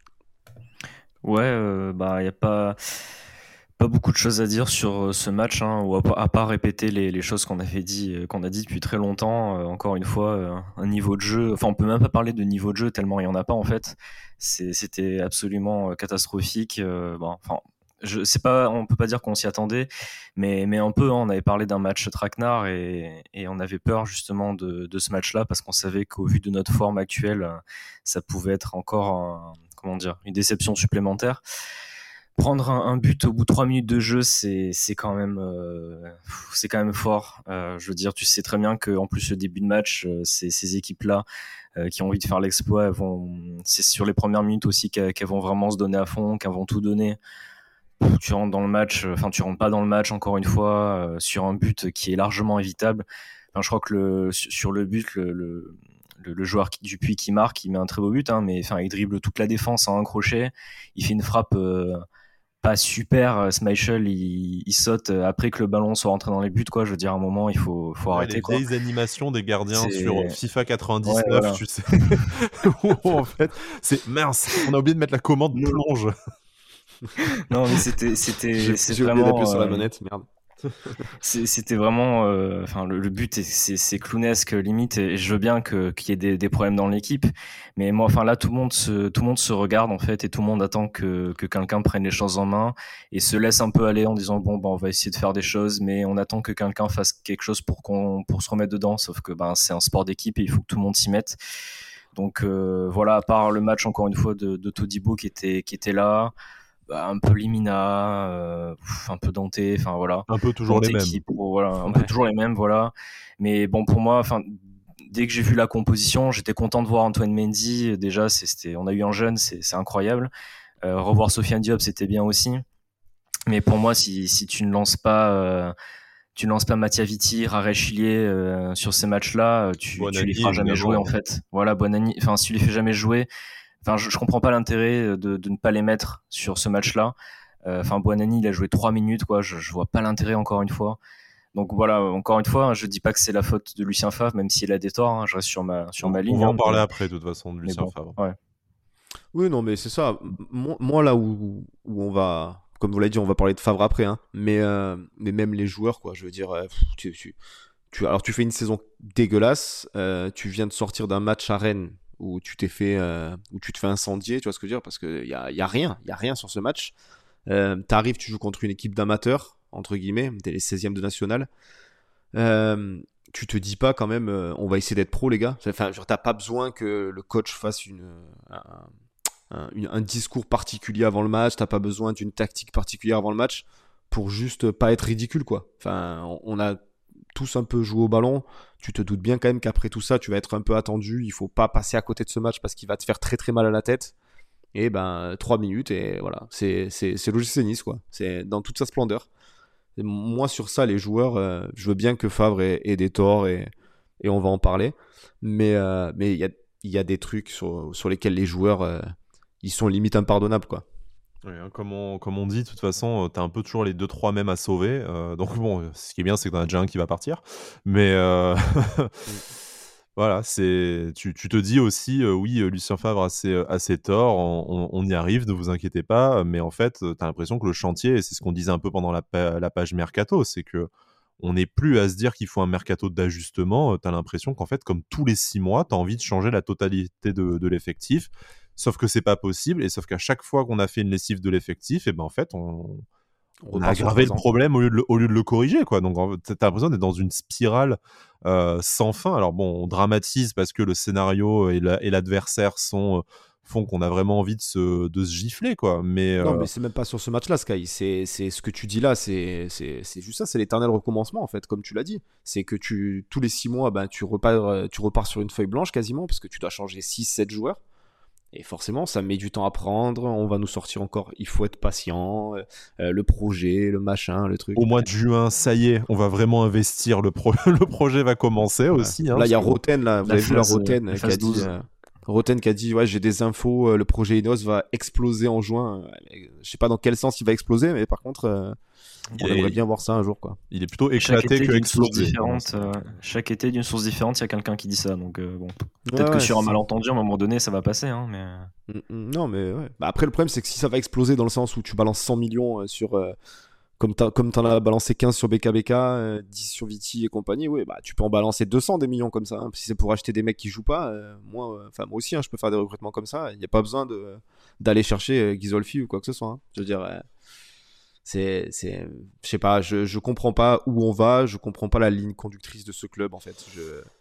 Ouais, euh, bah, il n'y a pas, pas beaucoup de choses à dire sur euh, ce match, hein, ou à, pa- à part répéter les, les choses qu'on avait dit, euh, qu'on a dit depuis très longtemps. Euh, encore une fois, euh, un niveau de jeu. Enfin, on peut même pas parler de niveau de jeu tellement il y en a pas en fait. C'est, c'était absolument euh, catastrophique. Euh, bon, enfin, je sais pas, on peut pas dire qu'on s'y attendait, mais, mais un peu. Hein, on avait parlé d'un match traquenard et, et on avait peur justement de, de ce match-là parce qu'on savait qu'au vu de notre forme actuelle, euh, ça pouvait être encore un- comment dire, une déception supplémentaire. Prendre un, un but au bout de trois minutes de jeu, c'est c'est quand même euh, c'est quand même fort. Euh, je veux dire, tu sais très bien que en plus le début de match, euh, ces, ces équipes-là euh, qui ont envie de faire l'exploit, elles vont, c'est sur les premières minutes aussi qu'elles, qu'elles vont vraiment se donner à fond, qu'elles vont tout donner. Tu rentres dans le match, euh, enfin tu rentres pas dans le match encore une fois euh, sur un but qui est largement évitable. Enfin, je crois que le sur le but, le, le le, le joueur qui, Dupuis qui marque, il met un très beau but, hein, mais enfin il dribble toute la défense en un crochet. Il fait une frappe euh, pas super. Schmeichel, il, il saute après que le ballon soit rentré dans les buts, quoi. Je veux dire, à un moment, il faut, faut Ouais, arrêter, les quoi. vieilles animations des gardiens C'est- sur FIFA Ouais, quatre-vingt-dix-neuf, voilà. tu sais. Où, en fait, c'est mince, on a oublié de mettre la commande Non, plonge. non, mais c'était, J'ai, c'était, c'est j'ai oublié d'appuyer vraiment, sur la euh, manette, merde. c'est- c'était vraiment, euh, enfin, le, le but, est- c'est, c'est clownesque limite, et je veux bien que, qu'il y ait des, des problèmes dans l'équipe, mais moi, enfin, là, tout le monde se, tout le monde se regarde en fait, et tout le monde attend que, que quelqu'un prenne les choses en main et se laisse un peu aller en disant bon, ben, on va essayer de faire des choses, mais on attend que quelqu'un fasse quelque chose pour qu'on, pour se remettre dedans. Sauf que ben, c'est un sport d'équipe et il faut que tout le monde s'y mette. Donc euh, voilà, à part le match encore une fois de, de Todibo qui était, qui était là. Bah, un peu Limina, euh, pff, un peu Dante, enfin voilà, Un peu toujours les Dante mêmes. qui, pour, voilà, un peu Ouais. toujours les mêmes, voilà. Mais bon, pour moi, enfin, dès que j'ai vu la composition, j'étais content de voir Antoine Mendy. Déjà, c'est- c'était, on a eu un jeune, c'est c'est incroyable. Euh, revoir Sofiane Diop, c'était bien aussi. Mais pour moi, si, si tu ne lances pas, euh, tu ne lances pas Mathia Vitti, Rarel Chilier euh, sur ces matchs-là, euh, tu, tu les Bonani, feras jamais jouer en évidemment. fait. Voilà, Bonani. Enfin, si tu les fais jamais jouer, enfin, je, je comprends pas l'intérêt de, de ne pas les mettre sur ce match-là. Euh, Enfin, Bonani, il a joué trois minutes, quoi. Je, je vois pas l'intérêt encore une fois. Donc voilà, encore une fois, hein, je dis pas que c'est la faute de Lucien Favre, même s'il a des torts. Hein, je reste sur ma sur On, ma on ligne. va Hein, en parler mais, après, de toute façon, de mais Lucien bon, Favre. ouais. Oui, non, mais c'est ça. M- Moi, moi, là où, où on va, comme vous l'avez dit, on va parler de Favre après, hein. Mais, euh, mais même les joueurs, quoi. Je veux dire, euh, pff, tu, tu, tu- alors tu fais une saison dégueulasse. Euh, tu viens de sortir d'un match à Rennes où tu t'es fait, euh, où tu te fais incendier, tu vois ce que je veux dire? Parce qu'il y a, y a rien, il y a rien sur ce match. Euh, t'arrives, tu joues contre une équipe d'amateurs, entre guillemets, t'es les seizièmes de national. Euh, tu te dis pas quand même, euh, on va essayer d'être pro, les gars. Enfin, genre, t'as pas besoin que le coach fasse une, un, un, une- un discours particulier avant le match. T'as pas besoin d'une tactique particulière avant le match pour juste pas être ridicule, quoi. Enfin, on, on a tous un peu joué au ballon. Tu te doutes bien quand même qu'après tout ça, tu vas être un peu attendu. Il faut pas passer à côté de ce match parce qu'il va te faire très très mal à la tête. Et ben, trois minutes et voilà. C'est, c'est, c'est l'O G C Nice, quoi. C'est dans toute sa splendeur. Et moi, sur ça, les joueurs, euh, je veux bien que Favre ait, ait des torts et, et on va en parler. Mais euh, mais il y a, il y a des trucs sur, sur lesquels les joueurs, euh, ils sont limite impardonnables, quoi. Oui, hein, comme, on, comme on dit, de toute façon, euh, t'as un peu toujours les deux trois mêmes à sauver. euh, donc bon, euh, ce qui est bien, c'est que t'en as déjà un qui va partir. Mais euh, voilà, c'est tu, tu te dis aussi, euh, oui, euh, Lucien Favre a ses, a ses torts, on, on- on y arrive, ne vous inquiétez pas. Mais en fait, euh, t'as l'impression que le chantier, et c'est ce qu'on disait un peu pendant la, pa- la page mercato, c'est que on n'est plus à se dire qu'il faut un mercato d'ajustement. Euh, T'as l'impression qu'en fait, comme tous les six mois, t'as envie de changer la totalité de, de l'effectif. Sauf que c'est pas possible, et sauf qu'à chaque fois qu'on a fait une lessive de l'effectif, et ben en fait, on, On on a repart sur aggravé trois le ans. problème au lieu de le, au lieu de le corriger, quoi. Donc, en fait, t'as l'impression d'être dans une spirale euh, sans fin. Alors bon, on dramatise parce que le scénario et, la- et l'adversaire sont euh, font qu'on a vraiment envie de se, de se gifler, quoi. Mais Non, euh, mais c'est même pas sur ce match-là, Sky. C'est, c'est ce que tu dis là, c'est, c'est, c'est juste ça, c'est l'éternel recommencement, en fait, comme tu l'as dit. C'est que tu, tous les six mois, ben, tu, repars, euh, tu repars sur une feuille blanche quasiment, parce que tu dois changer six sept joueurs. Et forcément, ça met du temps à prendre. On va nous sortir encore. Il faut être patient. Euh, le projet, le machin, le truc. Au mois de juin, ça y est, on va vraiment investir. Le, pro- le projet va commencer Ouais. aussi. Hein, là, il y a que... Roten. Là, vous La avez vu la phase, Roten la qui phase a dit. douze. Euh, Roten qui a dit, ouais, j'ai des infos. euh, le projet Ineos va exploser en juin. Ouais, je sais pas dans quel sens il va exploser, mais par contre, euh, on Il est- aimerait bien voir ça un jour, quoi. Il est plutôt Chaque éclaté été que d'une source explosé. différente. euh, chaque été d'une source différente, il y a quelqu'un qui dit ça. Donc euh, bon, peut-être Ouais, que ouais, sur un c'est ça. malentendu, à un moment donné, ça va passer. Hein, mais Mm, mm, Non, mais ouais. Bah, après, le problème, c'est que si ça va exploser dans le sens où tu balances cent millions euh, sur. euh, comme t'as, comme t'en as balancé quinze sur B K B K, euh, dix sur Viti et compagnie, oui, bah, tu peux en balancer deux cents des millions comme ça. Hein. Si c'est pour acheter des mecs qui jouent pas, euh, moi, euh, enfin, moi aussi, hein, je peux faire des recrutements comme ça. Il n'y a pas besoin de, d'aller chercher euh, Ghisolfi ou quoi que ce soit. Hein. Je veux dire, euh, c'est, c'est, je sais pas, je, je comprends pas où on va, je comprends pas la ligne conductrice de ce club, en fait. Je,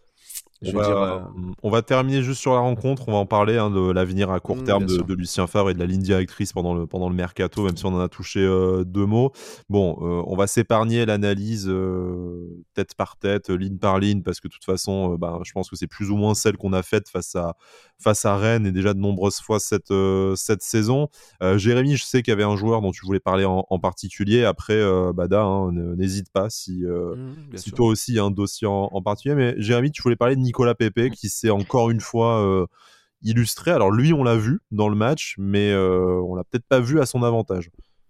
je On veux va, dire, euh, on va terminer juste sur la rencontre. On va en parler hein, de l'avenir à court mm, terme bien de, sûr. de Lucien Favre et de la ligne directrice pendant le, pendant le mercato, même si on en a touché euh, deux mots. Bon, euh, on va s'épargner l'analyse euh, tête par tête, ligne par ligne, parce que de toute façon, euh, bah, je pense que c'est plus ou moins celle qu'on a faite face à, face à Rennes et déjà de nombreuses fois cette, euh, cette saison. Euh, Jérémy, je sais qu'il y avait un joueur dont tu voulais parler en, en particulier. Après, euh, Bada, hein, n'hésite pas si, euh, Mm, bien si sûr. toi aussi il y a un dossier en, en particulier. Mais Jérémy, tu voulais parler de Nicolas Pepe qui s'est encore une fois euh, illustré. Alors lui, on l'a vu dans le match, mais euh, on l'a peut-être pas vu à son avantage.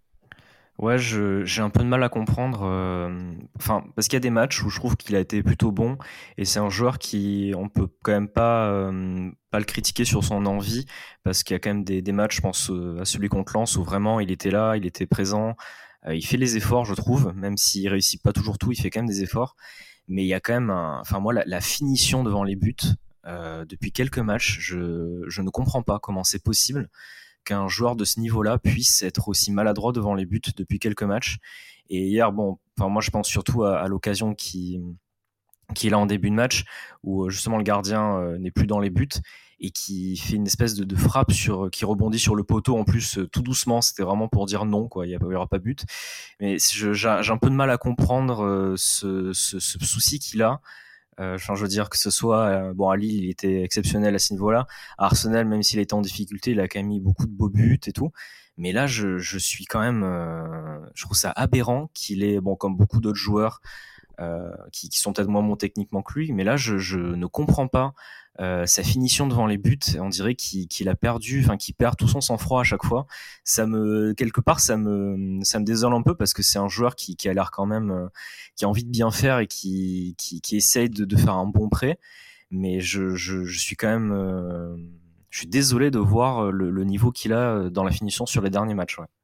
ouais, je, j'ai un peu de mal à comprendre. euh, Enfin, parce qu'il y a des matchs où je trouve qu'il a été plutôt bon, et c'est un joueur qui, on peut quand même pas, euh, pas le critiquer sur son envie, parce qu'il y a quand même des, des matchs, je pense euh, à celui contre Lens, où vraiment il était là, il était présent, euh, il fait les efforts, je trouve, même s'il réussit pas toujours tout, il fait quand même des efforts. Mais il y a quand même, un, enfin moi, la, la finition devant les buts. Euh, depuis quelques matchs, je, je ne comprends pas comment c'est possible qu'un joueur de ce niveau-là puisse être aussi maladroit devant les buts depuis quelques matchs. Et hier, bon, enfin moi je pense surtout à, à l'occasion qui qu'il a en début de match où justement le gardien euh, n'est plus dans les buts et qui fait une espèce de, de frappe sur qui rebondit sur le poteau en plus euh, tout doucement. C'était vraiment pour dire non, quoi. Il y aura pas but. Mais je, j'ai, j'ai un peu de mal à comprendre euh, ce, ce, ce souci qu'il a. Euh, enfin, je veux dire que ce soit euh, bon à Lille, il était exceptionnel à ce niveau-là. À Arsenal, même s'il était en difficulté, il a quand même mis beaucoup de beaux buts et tout. Mais là, je, je suis quand même, euh, je trouve ça aberrant qu'il ait, bon, comme beaucoup d'autres joueurs euh, qui, qui sont peut-être moins bons techniquement que lui, mais là, je, je ne comprends pas euh, sa finition devant les buts. On dirait qu'il, qu'il a perdu, enfin, qu'il perd tout son sang-froid à chaque fois. Ça me, quelque part, ça me, ça me désole un peu parce que c'est un joueur qui, qui a l'air quand même, euh, qui a envie de bien faire et qui, qui, qui essaye de, de faire un bon prêt. Mais je, je, je suis quand même, euh, je suis désolé de voir le, le niveau qu'il a dans la finition sur les derniers matchs. Ouais.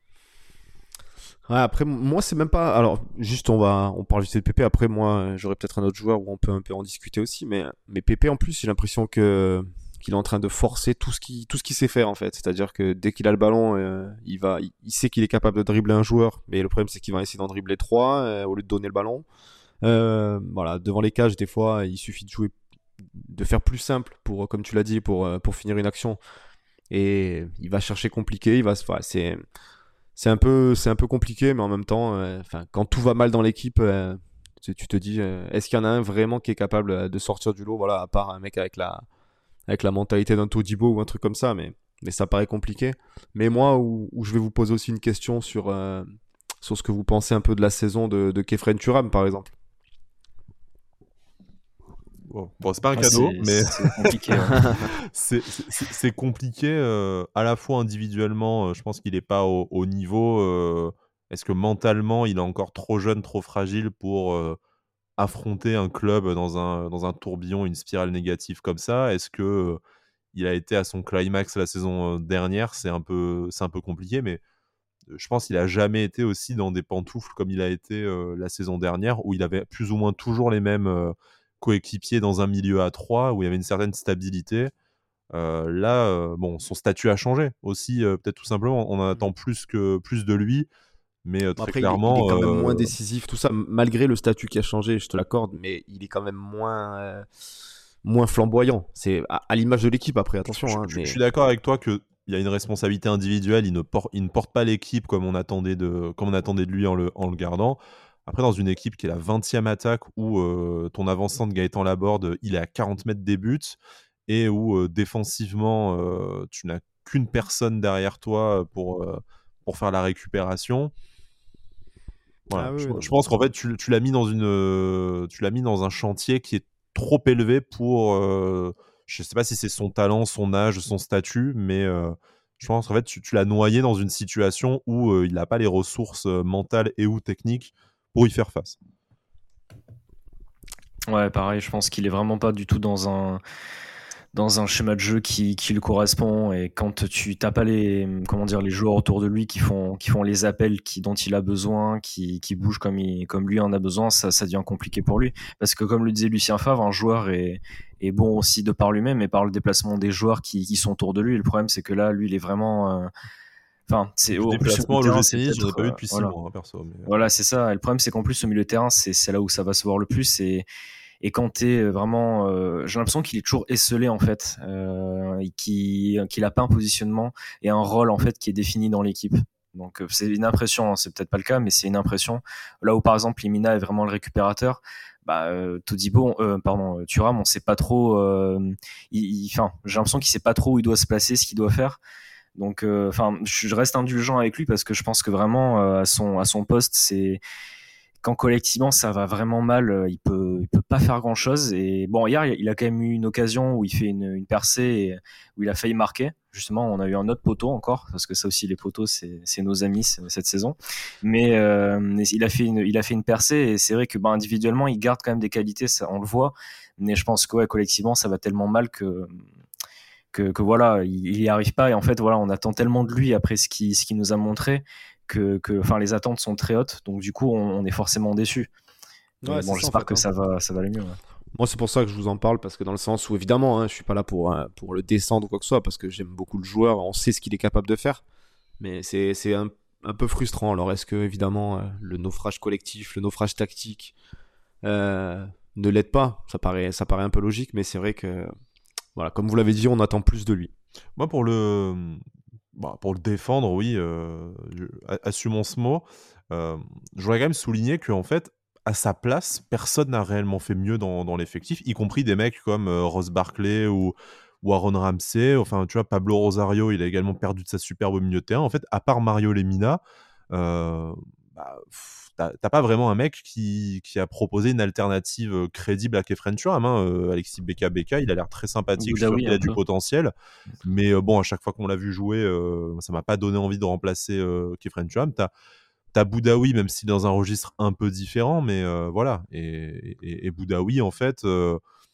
Ouais, après, moi, c'est même pas. Alors, juste, on va, on parle juste de Pépé. Après, moi, j'aurais peut-être un autre joueur où on peut un peu en discuter aussi. Mais, mais Pépé, en plus, j'ai l'impression que qu'il est en train de forcer tout ce qu'il tout ce qu'il sait faire en fait. C'est-à-dire que dès qu'il a le ballon, euh, il va, il, il sait qu'il est capable de dribbler un joueur. Mais le problème, c'est qu'il va essayer d'en dribbler trois euh, au lieu de donner le ballon. Euh, voilà, devant les cages, des fois, il suffit de jouer, de faire plus simple pour, comme tu l'as dit, pour pour finir une action. Et il va chercher compliqué. Il va, voilà, c'est c'est un peu c'est un peu compliqué, mais en même temps, euh, enfin, quand tout va mal dans l'équipe, euh, tu, tu te dis, euh, est-ce qu'il y en a un vraiment qui est capable euh, de sortir du lot, voilà, à part un mec avec la avec la mentalité d'un Todibo ou un truc comme ça, mais mais ça paraît compliqué. Mais moi, où, où je vais vous poser aussi une question sur euh, sur ce que vous pensez un peu de la saison de, de Kefren Turam, par exemple. Bon, bon, c'est pas un Ah, cadeau, c'est, mais c'est compliqué. Ouais. c'est, c'est, c'est compliqué euh, à la fois individuellement. Euh, je pense qu'il n'est pas au, au niveau. Euh, est-ce que mentalement, il est encore trop jeune, trop fragile pour euh, affronter un club dans un, dans un tourbillon, une spirale négative comme ça? Est-ce que euh, il a été à son climax la saison euh, dernière? C'est un peu, c'est un peu compliqué, mais euh, je pense qu'il a jamais été aussi dans des pantoufles comme il a été euh, la saison dernière, où il avait plus ou moins toujours les mêmes euh, coéquipiers dans un milieu à trois, où il y avait une certaine stabilité. Euh, là, euh, bon, son statut a changé aussi, euh, peut-être tout simplement. On en attend plus que plus de lui, mais euh, Bon, très après, il est, il est clairement, quand même euh, moins décisif, tout ça, malgré le statut qui a changé, je te l'accorde, mais il est quand même moins, euh, moins flamboyant. C'est à, à l'image de l'équipe, après, attention. je, Hein, je- mais... je suis d'accord avec toi que il y a une responsabilité individuelle. Il ne, por- il ne porte pas l'équipe comme on attendait de, comme on attendait de lui en le, en le gardant. Après, dans une équipe qui est la vingtième attaque où euh, ton avançant de Gaëtan Laborde, il est à quarante mètres des buts et où euh, défensivement, euh, tu n'as qu'une personne derrière toi pour, euh, pour faire la récupération. Voilà. Ah oui, je, oui, non, je mais- pense qu'en fait, tu, tu l'as mis dans une, euh, tu l'as mis dans un chantier qui est trop élevé pour. Euh, je sais pas si c'est son talent, son âge, son statut, mais euh, je pense qu'en fait, tu, tu l'as noyé dans une situation où euh, il n'a pas les ressources euh, mentales et ou techniques pour y faire face. Ouais, pareil, je pense qu'il est vraiment pas du tout dans un dans un schéma de jeu qui, qui lui correspond, et quand tu t'as pas les comment dire les joueurs autour de lui qui font qui font les appels qui dont il a besoin, qui, qui bougent comme il, comme lui en a besoin, ça ça devient compliqué pour lui, parce que comme le disait Lucien Favre, un joueur est est bon aussi de par lui-même et par le déplacement des joueurs qui, qui sont autour de lui. Et le problème, c'est que là, lui, il est vraiment euh, enfin c'est Du en plus au déplacement au milieu de terrain, c'est l'O G C Nice, j'en ai peut-être pas eu euh, depuis six voilà. mois, hein, perso. Mais... Voilà, c'est ça. Et le problème, c'est qu'en plus, au milieu de terrain, c'est c'est là où ça va se voir le plus. Et, et quand t'es vraiment. Euh, j'ai l'impression qu'il est toujours esselé, en fait. Euh, et qu'il qu'il a pas un positionnement et un rôle, en fait, qui est défini dans l'équipe. Donc, euh, c'est une impression. Hein, c'est peut-être pas le cas, mais c'est une impression. Là où, par exemple, Limina est vraiment le récupérateur, bah, euh, Todibo, euh, pardon, Thuram, on sait pas trop. Euh, il, il- enfin, j'ai l'impression qu'il sait pas trop où il doit se placer, ce qu'il doit faire. Donc, enfin, euh, je reste indulgent avec lui parce que je pense que vraiment euh, à son à son poste, c'est quand collectivement ça va vraiment mal, euh, il peut il peut pas faire grand chose. Et bon, hier il a quand même eu une occasion où il fait une, une percée et où il a failli marquer. Justement, on a eu un autre poteau encore, parce que ça aussi les poteaux c'est c'est nos amis cette saison. Mais euh, il a fait une il a fait une percée, et c'est vrai que bah, individuellement il garde quand même des qualités, ça on le voit. Mais je pense que ouais, collectivement ça va tellement mal que que, que voilà, il, il y arrive pas. Et en fait, voilà, on attend tellement de lui après ce qu'il ce qu'il nous a montré que, que enfin, les attentes sont très hautes. Donc du coup, on, on est forcément déçu. Mais Ouais, bon, c'est ça en j'espère fait. que hein. ça va, ça va aller mieux. Ouais. Moi, c'est pour ça que je vous en parle, parce que dans le sens où, évidemment, hein, je suis pas là pour, euh, pour le descendre ou quoi que ce soit, parce que j'aime beaucoup le joueur, on sait ce qu'il est capable de faire, mais c'est, c'est un, un peu frustrant. Alors, est-ce que, évidemment, euh, le naufrage collectif, le naufrage tactique euh, ne l'aide pas? Ça paraît, ça paraît un peu logique, mais c'est vrai que, voilà, comme vous l'avez dit, on attend plus de lui. Moi, pour le, bah, pour le défendre, oui, euh, je- assumons ce mot. Euh, je voudrais quand même souligner qu'en fait, à sa place, personne n'a réellement fait mieux dans, dans l'effectif, y compris des mecs comme euh, Ross Barkley ou, ou Aaron Ramsey. Enfin, tu vois, Pablo Rosario, il a également perdu de sa superbe au milieu de terrain. En fait, à part Mario Lemina, euh, bah, pff, t'as t'as pas vraiment un mec qui, qui a proposé une alternative euh, crédible à Kefren Turam. Hein. Euh, Alexis Beka Beka, il a l'air très sympathique, je suis sûr Boudaoui qu'il un a du peu. potentiel. Mais euh, bon, à chaque fois qu'on l'a vu jouer, euh, ça m'a pas donné envie de remplacer euh, Kefren Turam. T'as T'as Boudaoui, même si dans un registre un peu différent, mais euh, voilà. Et, et, et Boudaoui, en fait, euh,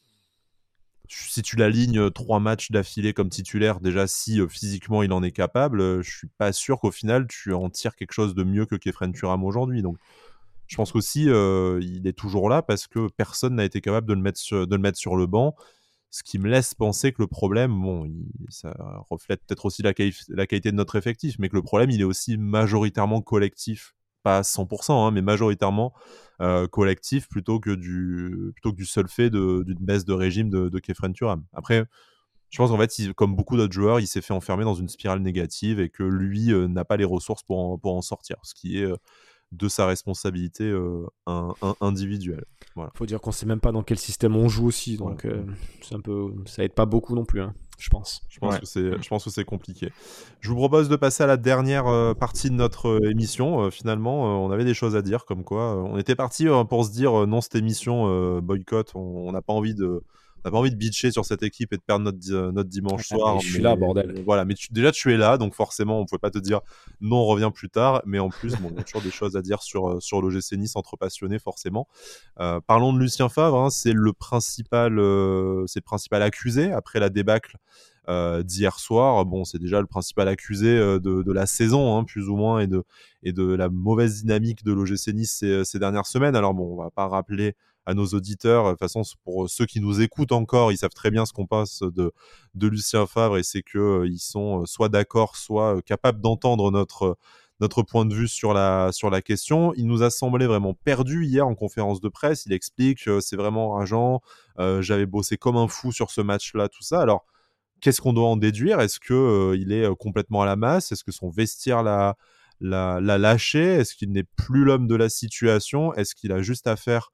si tu l'alignes trois matchs d'affilée comme titulaire, déjà si euh, physiquement il en est capable, euh, je suis pas sûr qu'au final tu en tires quelque chose de mieux que Kefren Turam aujourd'hui. Donc je pense qu'aussi euh, il est toujours là parce que personne n'a été capable de le mettre sur, de le mettre sur le banc. Ce qui me laisse penser que le problème, bon, il, ça reflète peut-être aussi la, quali- la qualité de notre effectif, mais que le problème, il est aussi majoritairement collectif. Pas à cent pour cent, hein, mais majoritairement euh, collectif plutôt que, du, plutôt que du seul fait de, d'une baisse de régime de, de Kefren Turam. Après, je pense qu'en fait, il, comme beaucoup d'autres joueurs, il s'est fait enfermer dans une spirale négative et que lui euh, n'a pas les ressources pour en, pour en sortir, ce qui est euh, de sa responsabilité euh, un, un, individuelle. Voilà. Faut dire qu'on sait même pas dans quel système on joue aussi, donc Voilà. euh, c'est un peu, ça aide pas beaucoup non plus, hein, je pense. Je pense, Ouais. que c'est, je pense que c'est compliqué. Je vous propose de passer à la dernière euh, partie de notre euh, émission. Euh, finalement, euh, on avait des choses à dire, comme quoi euh, on était parti euh, pour se dire euh, non, cette émission euh, boycott. On on n'a pas envie de, on n'a pas envie de bitcher sur cette équipe et de perdre notre, di- euh, notre dimanche Ah, soir. mais je suis mais- là, bordel. euh, voilà, mais tu- déjà tu es là, donc forcément on pouvait pas te dire non, on revient plus tard. Mais en plus, bon, il y a toujours des choses à dire sur euh, sur l'O G C Nice entre passionnés, forcément. Euh, parlons de Lucien Favre. Hein, c'est le principal, euh, c'est le principal accusé après la débâcle euh, d'hier soir. Bon, c'est déjà le principal accusé euh, de, de la saison, hein, plus ou moins, et de, et de la mauvaise dynamique de l'O G C Nice ces, ces dernières semaines. Alors bon, on va pas rappeler à nos auditeurs, de toute façon, pour ceux qui nous écoutent encore, ils savent très bien ce qu'on pense de, de Lucien Favre, et c'est qu'ils euh, ils sont soit d'accord, soit euh, capables d'entendre notre notre point de vue sur la, sur la question. Il nous a semblé vraiment perdu hier en conférence de presse. Il explique que c'est vraiment rageant. Euh, j'avais bossé comme un fou sur ce match-là, tout ça. Alors, qu'est-ce qu'on doit en déduire? Est-ce qu'il euh, il est euh, complètement à la masse? Est-ce que son vestiaire l'a, l'a, l'a lâché? Est-ce qu'il n'est plus l'homme de la situation? Est-ce qu'il a juste à faire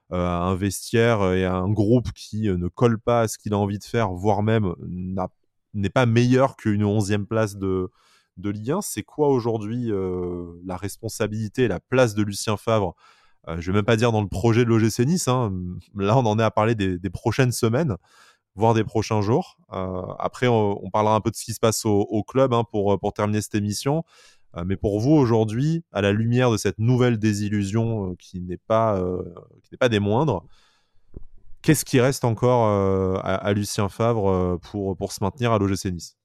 euh, à un vestiaire et à un groupe qui euh, ne colle pas à ce qu'il a envie de faire, voire même n'a, n'est pas meilleur qu'une onzième place de, de Ligue un. C'est quoi aujourd'hui euh, la responsabilité et la place de Lucien Favre? euh, Je ne vais même pas dire dans le projet de l'O G C Nice, hein. Là, on en est à parler des, des prochaines semaines, voire des prochains jours. Euh, après, on, on parlera un peu de ce qui se passe au, au club hein, pour, pour terminer cette émission. Euh, mais pour vous, aujourd'hui, à la lumière de cette nouvelle désillusion euh, qui n'est pas, euh, qui n'est pas des moindres, qu'est-ce qui reste encore euh, à, à Lucien Favre euh, pour, pour se maintenir à l'O G C Nice?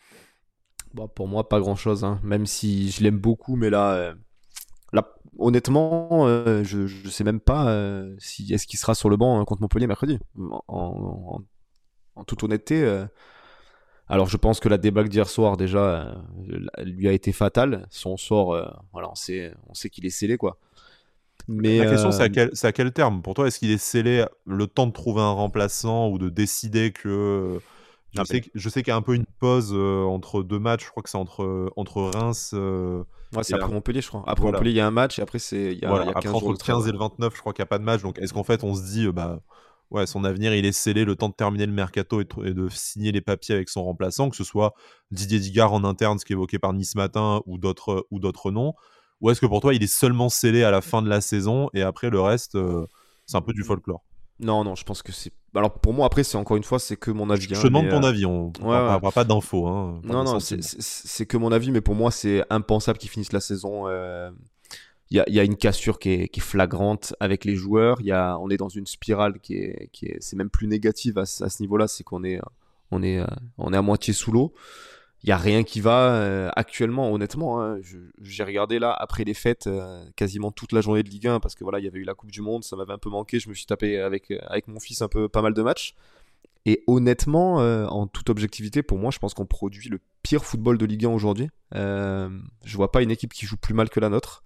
Bon, pour moi, pas grand-chose, hein. Même si je l'aime beaucoup, mais là, euh, là honnêtement, euh, je, je sais même pas euh, si est-ce qu'il sera sur le banc hein, contre Montpellier mercredi. En, en, en toute honnêteté, euh, alors je pense que la débâcle d'hier soir déjà euh, lui a été fatale. Si on sort, euh, voilà, on sait, on sait qu'il est scellé quoi. Mais la question, euh, c'est à, quel, c'est à quel terme? Pour toi, est-ce qu'il est scellé le temps de trouver un remplaçant ou de décider que... Je, ah, sais, mais... je sais qu'il y a un peu une pause euh, entre deux matchs. Je crois que c'est entre, entre Reims... Euh, ouais, c'est après la... Montpellier, je crois. Après voilà. Montpellier, il y a un match et après, c'est... il y a, Voilà. il y a Après, quinze jours entre de le trêve. quinze et le vingt-neuf, je crois qu'il n'y a pas de match. Donc, est-ce qu'en fait, on se dit... Euh, bah, ouais, son avenir, il est scellé le temps de terminer le mercato et de, et de signer les papiers avec son remplaçant, que ce soit Didier Digard en interne, ce qui est évoqué par Nice Matin, ou d'autres, ou d'autres noms. Ou est-ce que pour toi, il est seulement scellé à la fin de la saison et après, le reste, euh, c'est un peu du folklore? Non, non, je pense que c'est. Alors pour moi, après, c'est encore une fois, c'est que mon avis. Je Hein, te demande mais, ton euh... avis, on ne ouais, ouais. parlera pas d'infos, hein, pas Non, d'un non, c'est, sentiment. c'est, c'est que mon avis, mais pour moi, c'est impensable qu'ils finissent la saison. euh, Il y, a, il y a une cassure qui est, qui est flagrante avec les joueurs. Il y a, on est dans une spirale qui est, qui est, c'est même plus négative à, ce- à ce niveau-là. C'est qu'on est, on est, euh, on est à moitié sous l'eau. Il y a rien qui va euh, actuellement, honnêtement. Hein. Je- j'ai regardé là après les fêtes euh, quasiment toute la journée de Ligue un parce que voilà, il y avait eu la Coupe du Monde, ça m'avait un peu manqué. Je me suis tapé avec euh, avec mon fils un peu pas mal de matchs. Et honnêtement, euh, en toute objectivité, pour moi, je pense qu'on produit le pire football de Ligue un aujourd'hui. Euh, je vois pas une équipe qui joue plus mal que la nôtre.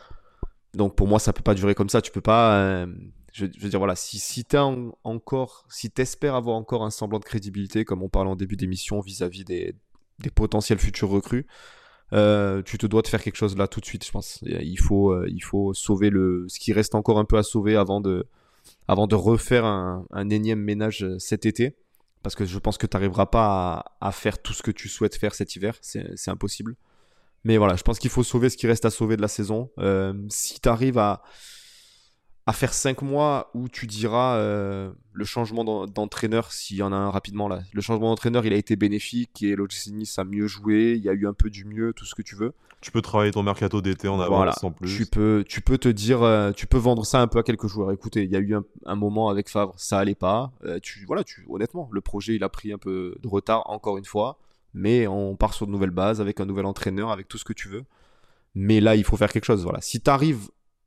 Donc pour moi, ça peut pas durer comme ça. Tu peux pas. euh, je, je veux dire, voilà, si, si tu encore, si t'espères avoir encore un semblant de crédibilité, comme on parlait en début d'émission, vis-à-vis des, des potentiels futurs recrues, euh, tu te dois de faire quelque chose là tout de suite, je pense. Il faut, euh, il faut sauver le, ce qui reste encore un peu à sauver avant de, avant de refaire un, un énième ménage cet été. Parce que je pense que tu n'arriveras pas à, à faire tout ce que tu souhaites faire cet hiver. C'est, c'est impossible. Mais voilà, je pense qu'il faut sauver ce qui reste à sauver de la saison. Euh, si tu arrives à, à faire cinq mois où tu diras euh, le changement d'en- d'entraîneur, s'il y en a un rapidement là, le changement d'entraîneur il a été bénéfique et l'O G C Nice a mieux joué, il y a eu un peu du mieux, tout ce que tu veux. Tu peux travailler ton mercato d'été en Voilà, avance en tu plus. peux, tu peux te dire, euh, tu peux vendre ça un peu à quelques joueurs. Écoutez, il y a eu un, un moment avec Favre, ça allait pas. Euh, tu, voilà, tu, honnêtement, le projet il a pris un peu de retard encore une fois, mais on part sur de nouvelles bases avec un nouvel entraîneur, avec tout ce que tu veux. Mais là, il faut faire quelque chose. Voilà, si tu arrives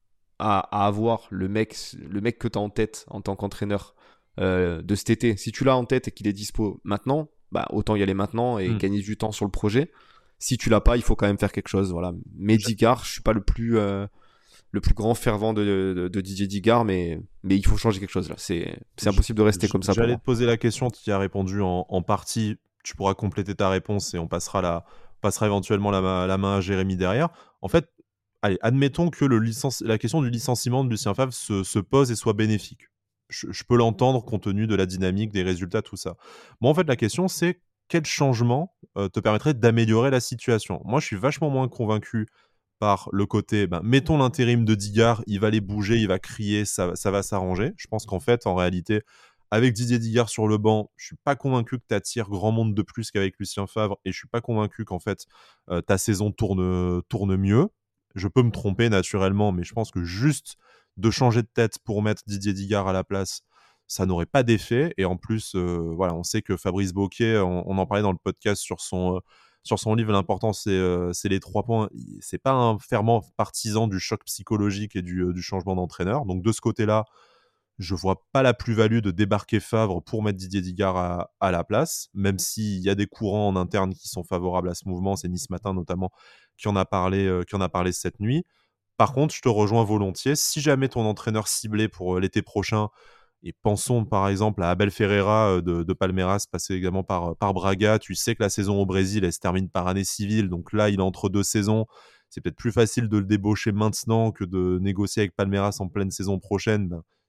à, à avoir le mec, le mec que tu as en tête en tant qu'entraîneur euh, de cet été, si tu l'as en tête et qu'il est dispo maintenant, bah, autant y aller maintenant et Mm. gagner du temps sur le projet. Si tu l'as pas, il faut quand même faire quelque chose. Voilà. Mais Digard, je suis pas le plus, euh, le plus grand fervent de, de, de Didier Digard, mais, mais il faut changer quelque chose là. C'est, c'est impossible de rester J- comme ça pour J'allais moi. te poser la question, tu y as répondu en, en partie. Tu pourras compléter ta réponse et on passera, la, on passera éventuellement la, ma- la main à Jérémy derrière. En fait, allez, admettons que le licenci- la question du licenciement de Lucien Favre se, se pose et soit bénéfique. Je, je peux l'entendre compte tenu de la dynamique, des résultats, tout ça. Moi, en fait, la question, c'est quel changement euh, te permettrait d'améliorer la situation? Moi, je suis vachement moins convaincu par le côté, ben, mettons l'intérim de Digard, il va les bouger, il va crier, ça, ça va s'arranger. Je pense qu'en fait, en réalité, avec Didier Digard sur le banc, je suis pas convaincu que tu attires grand monde de plus qu'avec Lucien Favre, et je suis pas convaincu qu'en fait, euh, ta saison tourne, tourne mieux. Je peux me tromper naturellement, mais je pense que juste de changer de tête pour mettre Didier Digard à la place, ça n'aurait pas d'effet. Et en plus, euh, voilà, on sait que Fabrice Bocquet, on, on en parlait dans le podcast sur son, euh, sur son livre, l'important c'est euh, c'est les trois points. Il- C'est pas un fervent partisan du choc psychologique et du, euh, du changement d'entraîneur. Donc de ce côté-là, je vois pas la plus-value de débarquer Favre pour mettre Didier Digard à, à la place, même s'il y a des courants en interne qui sont favorables à ce mouvement. C'est Nice Matin notamment qui en a parlé, euh, qui en a parlé cette nuit. Par contre, je te rejoins volontiers. Si jamais ton entraîneur ciblé pour euh, l'été prochain, et pensons par exemple à Abel Ferreira euh, de, de Palmeiras, passé également par, euh, par Braga, tu sais que la saison au Brésil, elle se termine par année civile, donc là, il est entre deux saisons. C'est peut-être plus facile de le débaucher maintenant que de négocier avec Palmeiras en pleine saison prochaine. Ben,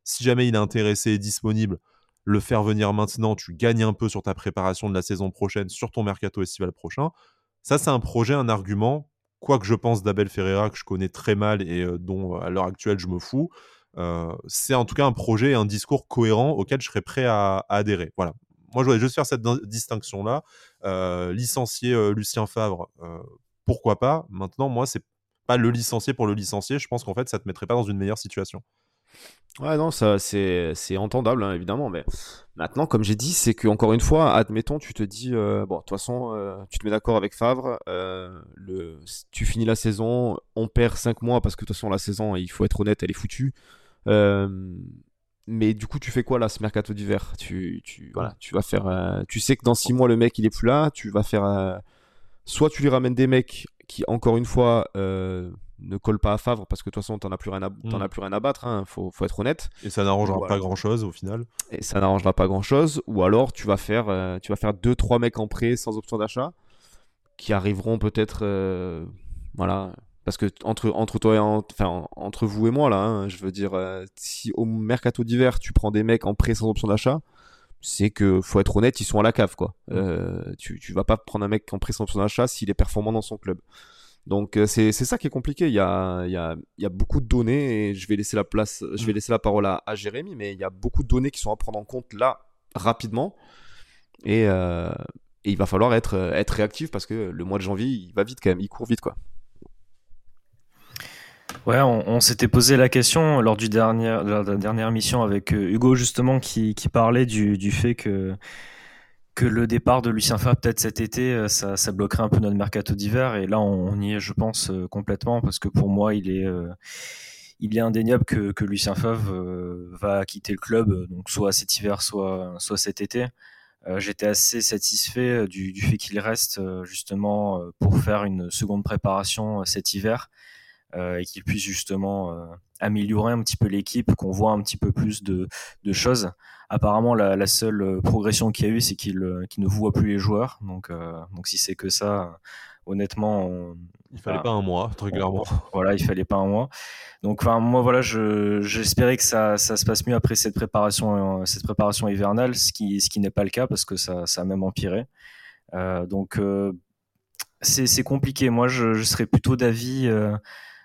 Si jamais il est intéressé et disponible, le faire venir maintenant, tu gagnes un peu sur ta préparation de la saison prochaine, sur ton mercato estival prochain. Ça, c'est un projet, un argument. Quoi que je pense d'Abel Ferreira, que je connais très mal et euh, dont à l'heure actuelle je me fous, euh, c'est en tout cas un projet et un discours cohérent auquel je serais prêt à, à adhérer. Voilà. Moi, je voudrais juste faire cette din- distinction-là. Euh, licencier euh, Lucien Favre, euh, pourquoi pas. Maintenant, moi, c'est pas le licencier pour le licencier. Je pense qu'en fait, ça te mettrait pas dans une meilleure situation. Ouais, non, ça, c'est, c'est entendable, hein, évidemment. Mais maintenant, comme j'ai dit, c'est que encore une fois, admettons, tu te dis, euh, bon, de toute façon, euh, tu te mets d'accord avec Favre, euh, le, tu finis la saison, on perd cinq mois parce que de toute façon, la saison, il faut être honnête, elle est foutue. Euh, mais du coup, tu fais quoi là, ce mercato d'hiver? Tu, tu, voilà, tu vas faire. Euh, tu sais que dans six mois, le mec, il est plus là. Tu vas faire. Euh, soit tu lui ramènes des mecs qui, encore une fois, euh, ne collent pas à Favre parce que de toute façon, t'en as plus rien à, t'en Mm. as plus rien à battre. Hein, faut, faut être honnête. Et ça n'arrangera Voilà. pas grand-chose au final. Et ça n'arrangera pas grand-chose. Ou alors, tu vas faire, euh, tu vas faire deux, trois mecs en prêt sans option d'achat qui arriveront peut-être, euh, voilà. Parce que entre, entre toi et en- enfin, entre vous et moi là, hein, je veux dire, euh, si au mercato d'hiver tu prends des mecs en prêt sans option d'achat, c'est que faut être honnête, ils sont à la cave quoi. Euh, tu, tu vas pas prendre un mec en prêt sans option d'achat s'il est performant dans son club. Donc euh, c'est, c'est ça qui est compliqué. Il y a, il y, a, il y a beaucoup de données et je vais laisser la place, je vais laisser la parole à, à Jérémy, mais il y a beaucoup de données qui sont à prendre en compte là rapidement et, euh, et il va falloir être, être réactif parce que le mois de janvier il va vite quand même, il court vite quoi. Ouais, on, on s'était posé la question lors du dernier, de la dernière émission avec euh, Hugo justement qui, qui parlait du, du fait que, que le départ de Lucien Favre peut-être cet été, euh, ça, ça bloquerait un peu notre mercato d'hiver. Et là, on, on y est, je pense, euh, complètement parce que pour moi, il est, euh, il est indéniable que, que Lucien Favre euh, va quitter le club, euh, donc soit cet hiver, soit, soit cet été. Euh, j'étais assez satisfait euh, du, du fait qu'il reste euh, justement euh, pour faire une seconde préparation euh, cet hiver. Euh, et qu'il puisse justement euh, améliorer un petit peu l'équipe, qu'on voit un petit peu plus de, de choses. Apparemment, la, la seule euh, progression qu'il y a eu, c'est qu'il, euh, qu'il ne voit plus les joueurs. Donc, euh, donc si c'est que ça, honnêtement, on, Il fallait bah, pas un mois, très clairement. on, voilà, il fallait pas un mois. Donc, enfin, moi, voilà, je, j'espérais que ça, ça se passe mieux après cette préparation, euh, cette préparation hivernale, ce qui, ce qui n'est pas le cas parce que ça, ça a même empiré. Euh, donc, euh, c'est, c'est compliqué. Moi, je, je serais plutôt d'avis. Euh,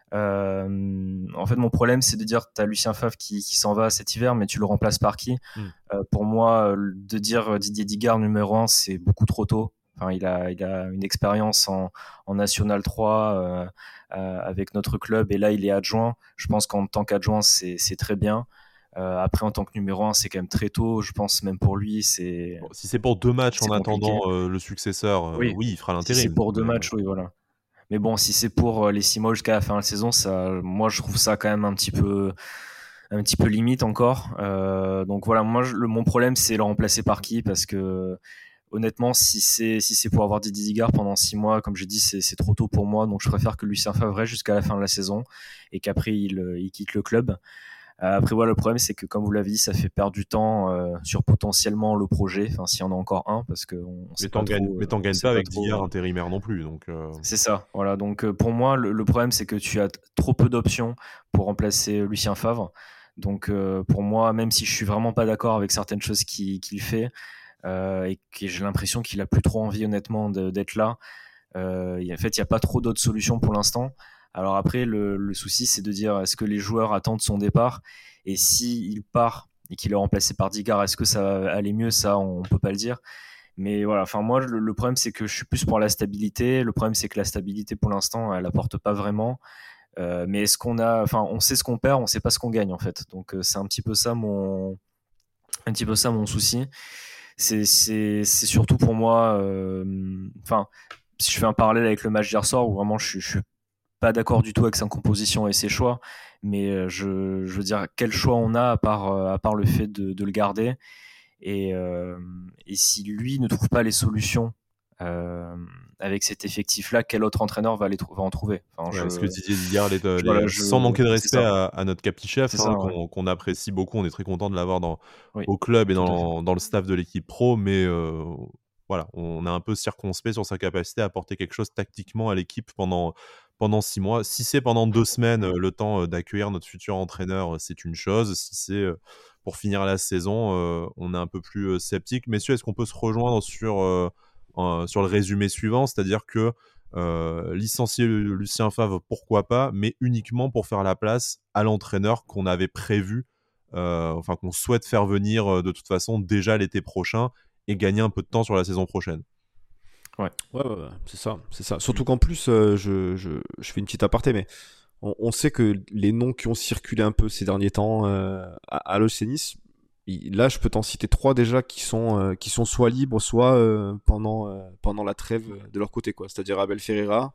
euh, en fait, mon problème, c'est de dire tu as Lucien Favre qui, qui s'en va cet hiver, mais tu le remplaces par qui? Mm. euh, Pour moi, de dire Didier Digard numéro un, c'est beaucoup trop tôt. Enfin, il a, il a une expérience en, en National trois euh, euh, avec notre club, et là, il est adjoint. Je pense qu'en tant qu'adjoint, c'est, c'est très bien. Euh, après, en tant que numéro un, c'est quand même très tôt. Je pense même pour lui, c'est. Bon, si c'est pour deux matchs c'est en compliqué. attendant euh, le successeur, euh, Oui, oui, il fera si l'intérim. c'est pour deux mais, matchs, oui, voilà. Mais bon, si c'est pour les six mois jusqu'à la fin de la saison, ça, moi, je trouve ça quand même un petit peu, un petit peu limite encore. Euh, donc voilà, moi, je, le, mon problème, c'est le remplacer par qui, parce que honnêtement, si c'est si c'est pour avoir Didier Digard pendant six mois, comme j'ai dit, c'est, c'est trop tôt pour moi. Donc je préfère que Lucien Favre reste jusqu'à la fin de la saison et qu'après il, il quitte le club. Euh, après voilà, le problème c'est que comme vous l'avez dit, ça fait perdre du temps euh, sur potentiellement le projet. Enfin, s'il y en a encore un, parce que on, on sait mais pas t'en gagnes, trop. mais t'en on gagnes sait pas pas avec trop, Digard euh, intérimaire non plus. Donc, euh, C'est ça, voilà. Donc euh, pour moi, le, le problème c'est que tu as t- trop peu d'options pour remplacer Lucien Favre. Donc euh, pour moi, même si je suis vraiment pas d'accord avec certaines choses qu'il qu'il fait euh, et que j'ai l'impression qu'il a plus trop envie honnêtement de- d'être là, euh, y a- en fait, il n'y a pas trop d'autres solutions pour l'instant. Alors après, le, le souci c'est de dire est-ce que les joueurs attendent son départ et si il part et qu'il est remplacé par Digard, est-ce que ça va aller mieux? Ça, on peut pas le dire. Mais voilà, enfin moi le, le problème c'est que je suis plus pour la stabilité. Le problème c'est que la stabilité pour l'instant elle apporte pas vraiment. Euh, mais est-ce qu'on a, enfin on sait ce qu'on perd, on sait pas ce qu'on gagne en fait. Donc euh, c'est un petit peu ça mon, un petit peu ça mon souci. C'est c'est c'est surtout pour moi, euh, enfin si je fais un parallèle avec le match d'hier soir où vraiment je, suis- je suis pas d'accord du tout avec sa composition et ses choix. Mais euh, je, je veux dire quel choix on a à part euh, à part le fait de, de le garder. Et, euh, et si lui ne trouve pas les solutions euh, avec cet effectif-là, quel autre entraîneur va, les trou- va en trouver? Enfin, ouais, je, est-ce que Didier Digard, les, je- les- voilà, je, sans manquer de c'est respect ça, à, à notre capitaine chef, c'est hein, ça, ouais. qu'on, qu'on apprécie beaucoup, on est très content de l'avoir dans, Oui, au club et tout à fait. dans, dans le staff de l'équipe pro, mais euh, voilà, on est un peu circonspect sur sa capacité à apporter quelque chose tactiquement à l'équipe pendant, pendant six mois. Si c'est pendant deux semaines, euh, le temps euh, d'accueillir notre futur entraîneur, euh, c'est une chose. Si c'est euh, pour finir la saison, euh, on est un peu plus euh, sceptique. Messieurs, est-ce qu'on peut se rejoindre sur, euh, en- sur le résumé suivant, c'est-à-dire que euh, licencier Lucien Favre, pourquoi pas, mais uniquement pour faire la place à l'entraîneur qu'on avait prévu, euh, enfin qu'on souhaite faire venir euh, de toute façon déjà l'été prochain et gagner un peu de temps sur la saison prochaine. Ouais, ouais, ouais, c'est ça, c'est ça. Surtout qu'en plus, euh, je, je, je fais une petite aparté, mais on, on sait que les noms qui ont circulé un peu ces derniers temps euh, à, à l'O G C Nice, il- là, je peux t'en citer trois déjà qui sont, euh, qui sont soit libres, soit euh, pendant, euh, pendant la trêve de leur côté, quoi. C'est-à-dire Abel Ferreira,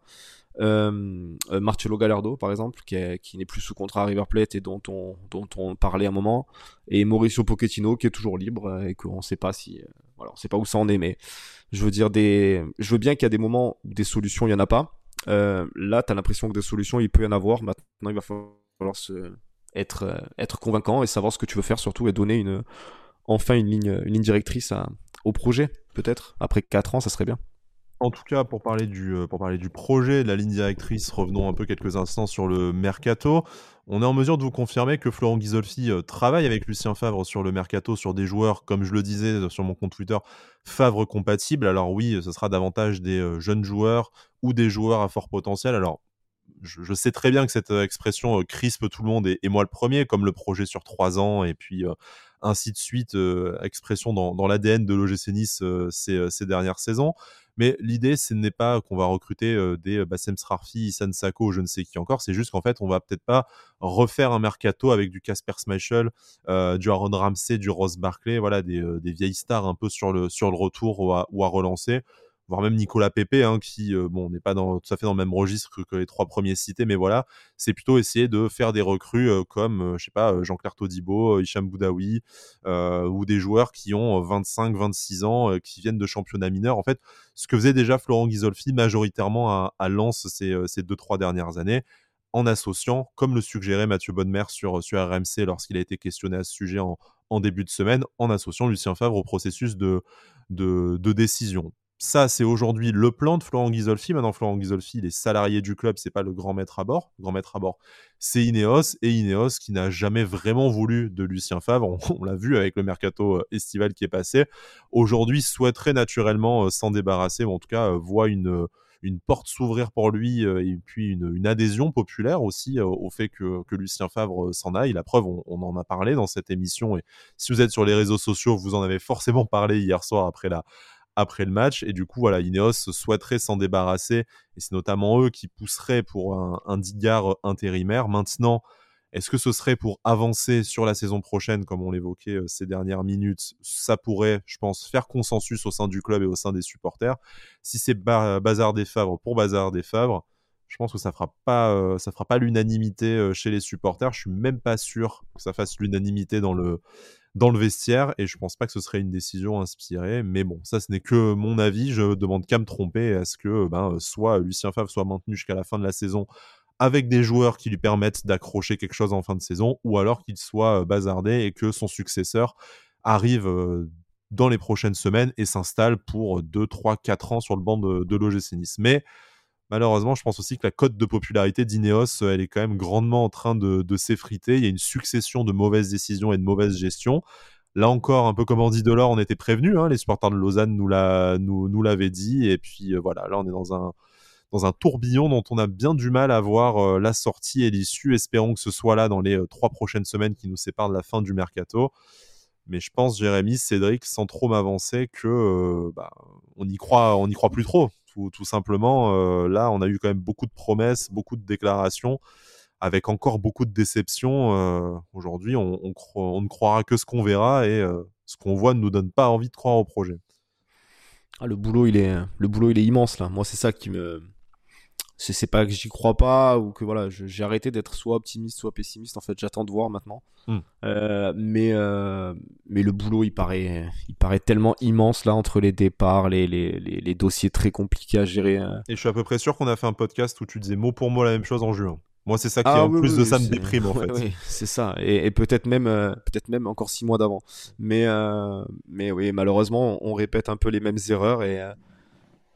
euh, euh, Marcelo Gallardo, par exemple, qui, est- qui n'est plus sous contrat à River Plate et dont on, dont on parlait un moment, et Mauricio Pochettino, qui est toujours libre euh, et qu'on sait pas si, euh, voilà, on sait pas où ça en est, mais je veux dire des, je veux bien qu'il y a des moments où des solutions, il y en a pas. Euh, là, tu as l'impression que des solutions, il peut y en avoir. Maintenant, il va falloir se, être, euh, être convaincant et savoir ce que tu veux faire surtout et donner une, enfin une ligne, une ligne directrice à, au projet, peut-être. Après quatre ans, ça serait bien. En tout cas, pour parler du, euh, pour parler du projet, de la ligne directrice, revenons un peu quelques instants sur le mercato. On est en mesure de vous confirmer que Florent Ghisolfi euh, travaille avec Lucien Favre sur le mercato, sur des joueurs, comme je le disais euh, sur mon compte Twitter, Favre compatibles. Alors oui, ce sera davantage des euh, jeunes joueurs ou des joueurs à fort potentiel. Alors, je, je sais très bien que cette euh, expression euh, crispe tout le monde, et, et moi le premier, comme le projet sur trois ans, et puis euh, ainsi de suite, euh, expression dans, dans l'A D N de l'O G C Nice euh, ces, euh, ces dernières saisons. Mais l'idée, ce n'est pas qu'on va recruter euh, des Bassem Srarfi, Issane Sako, je ne sais qui encore. C'est juste qu'en fait, on va peut-être pas refaire un mercato avec du Casper Schmeichel, euh, du Aaron Ramsey, du Ross Barkley, voilà, des, euh, des vieilles stars un peu sur le, sur le retour ou à, ou à relancer. Voire même Nicolas Pepe, hein, qui euh, bon, n'est pas dans, tout à fait dans le même registre que, que les trois premiers cités, mais voilà, c'est plutôt essayer de faire des recrues euh, comme, euh, je sais pas, Jean-Claire Todibo, Hicham Boudaoui, euh, ou des joueurs qui ont vingt-cinq vingt-six ans, euh, qui viennent de championnats mineurs. En fait, ce que faisait déjà Florent Ghisolfi majoritairement à, à Lens ces, euh, ces deux, trois dernières années, en associant, comme le suggérait Mathieu Bonnemer sur, sur R M C lorsqu'il a été questionné à ce sujet en, en début de semaine, en associant Lucien Favre au processus de, de, de décision. Ça, c'est aujourd'hui le plan de Florent Ghisolfi. Maintenant, Florent Ghisolfi, il est salarié du club, c'est pas le grand maître à bord. Le grand maître à bord, c'est Ineos, et Ineos qui n'a jamais vraiment voulu de Lucien Favre. On, on l'a vu avec le mercato estival qui est passé. Aujourd'hui, souhaiterait naturellement euh, s'en débarrasser, ou en tout cas, euh, voit une, une porte s'ouvrir pour lui, euh, et puis une, une adhésion populaire aussi euh, au fait que, que Lucien Favre euh, s'en aille. La preuve, on, on en a parlé dans cette émission, et si vous êtes sur les réseaux sociaux, vous en avez forcément parlé hier soir après la après le match, et du coup voilà, Ineos souhaiterait s'en débarrasser, et c'est notamment eux qui pousseraient pour un, un Digard intérimaire. Maintenant, est-ce que ce serait pour avancer sur la saison prochaine, comme on l'évoquait euh, ces dernières minutes? Ça pourrait, je pense, faire consensus au sein du club et au sein des supporters. Si c'est ba- Bazar des Favres pour Bazar des Favres, je pense que ça fera pas, euh, ça fera pas l'unanimité euh, chez les supporters. Je suis même pas sûr que ça fasse l'unanimité dans le dans le vestiaire, et je pense pas que ce serait une décision inspirée, mais bon, ça ce n'est que mon avis. Je demande qu'à me tromper, à ce que ben, soit Lucien Favre soit maintenu jusqu'à la fin de la saison avec des joueurs qui lui permettent d'accrocher quelque chose en fin de saison, ou alors qu'il soit bazardé et que son successeur arrive euh, dans les prochaines semaines et s'installe pour deux, trois, quatre ans sur le banc de, de l'O G C Nice. Mais malheureusement, je pense aussi que la cote de popularité d'Ineos, elle est quand même grandement en train de, de s'effriter. Il y a une succession de mauvaises décisions et de mauvaises gestions. Là encore, un peu comme Andy Delors, on était prévenus, hein, les supporters de Lausanne nous, l'a, nous, nous l'avaient dit, et puis euh, voilà, là on est dans un, dans un tourbillon dont on a bien du mal à voir euh, la sortie et l'issue. Espérons que ce soit là dans les euh, trois prochaines semaines qui nous séparent de la fin du mercato. Mais je pense, Jérémy, Cédric, sans trop m'avancer, que euh, bah, on n'y croit, on n'y croit plus trop. Tout, tout simplement, euh, là, on a eu quand même beaucoup de promesses, beaucoup de déclarations, avec encore beaucoup de déceptions. Euh, aujourd'hui, on, on, cro- on ne croira que ce qu'on verra, et euh, ce qu'on voit ne nous donne pas envie de croire au projet. Ah, le boulot, il est, le boulot, il est immense là. Moi, c'est ça qui me, c'est, c'est pas que j'y crois pas ou que voilà, je- j'ai arrêté d'être soit optimiste, soit pessimiste. En fait, j'attends de voir maintenant. Mm. Euh, mais, euh, mais le boulot, il paraît, il paraît tellement immense là entre les départs, les, les, les, les dossiers très compliqués à gérer. euh. Et je suis à peu près sûr qu'on a fait un podcast où tu disais mot pour mot la même chose en juin. Moi, c'est ça qui, Ah en oui, plus oui, de oui, ça, me c'est- déprime, en ouais, fait. ouais, c'est ça. Et, et peut-être même, euh, peut-être même encore six mois d'avant. Mais, euh, mais oui, malheureusement, on, on répète un peu les mêmes erreurs et, euh,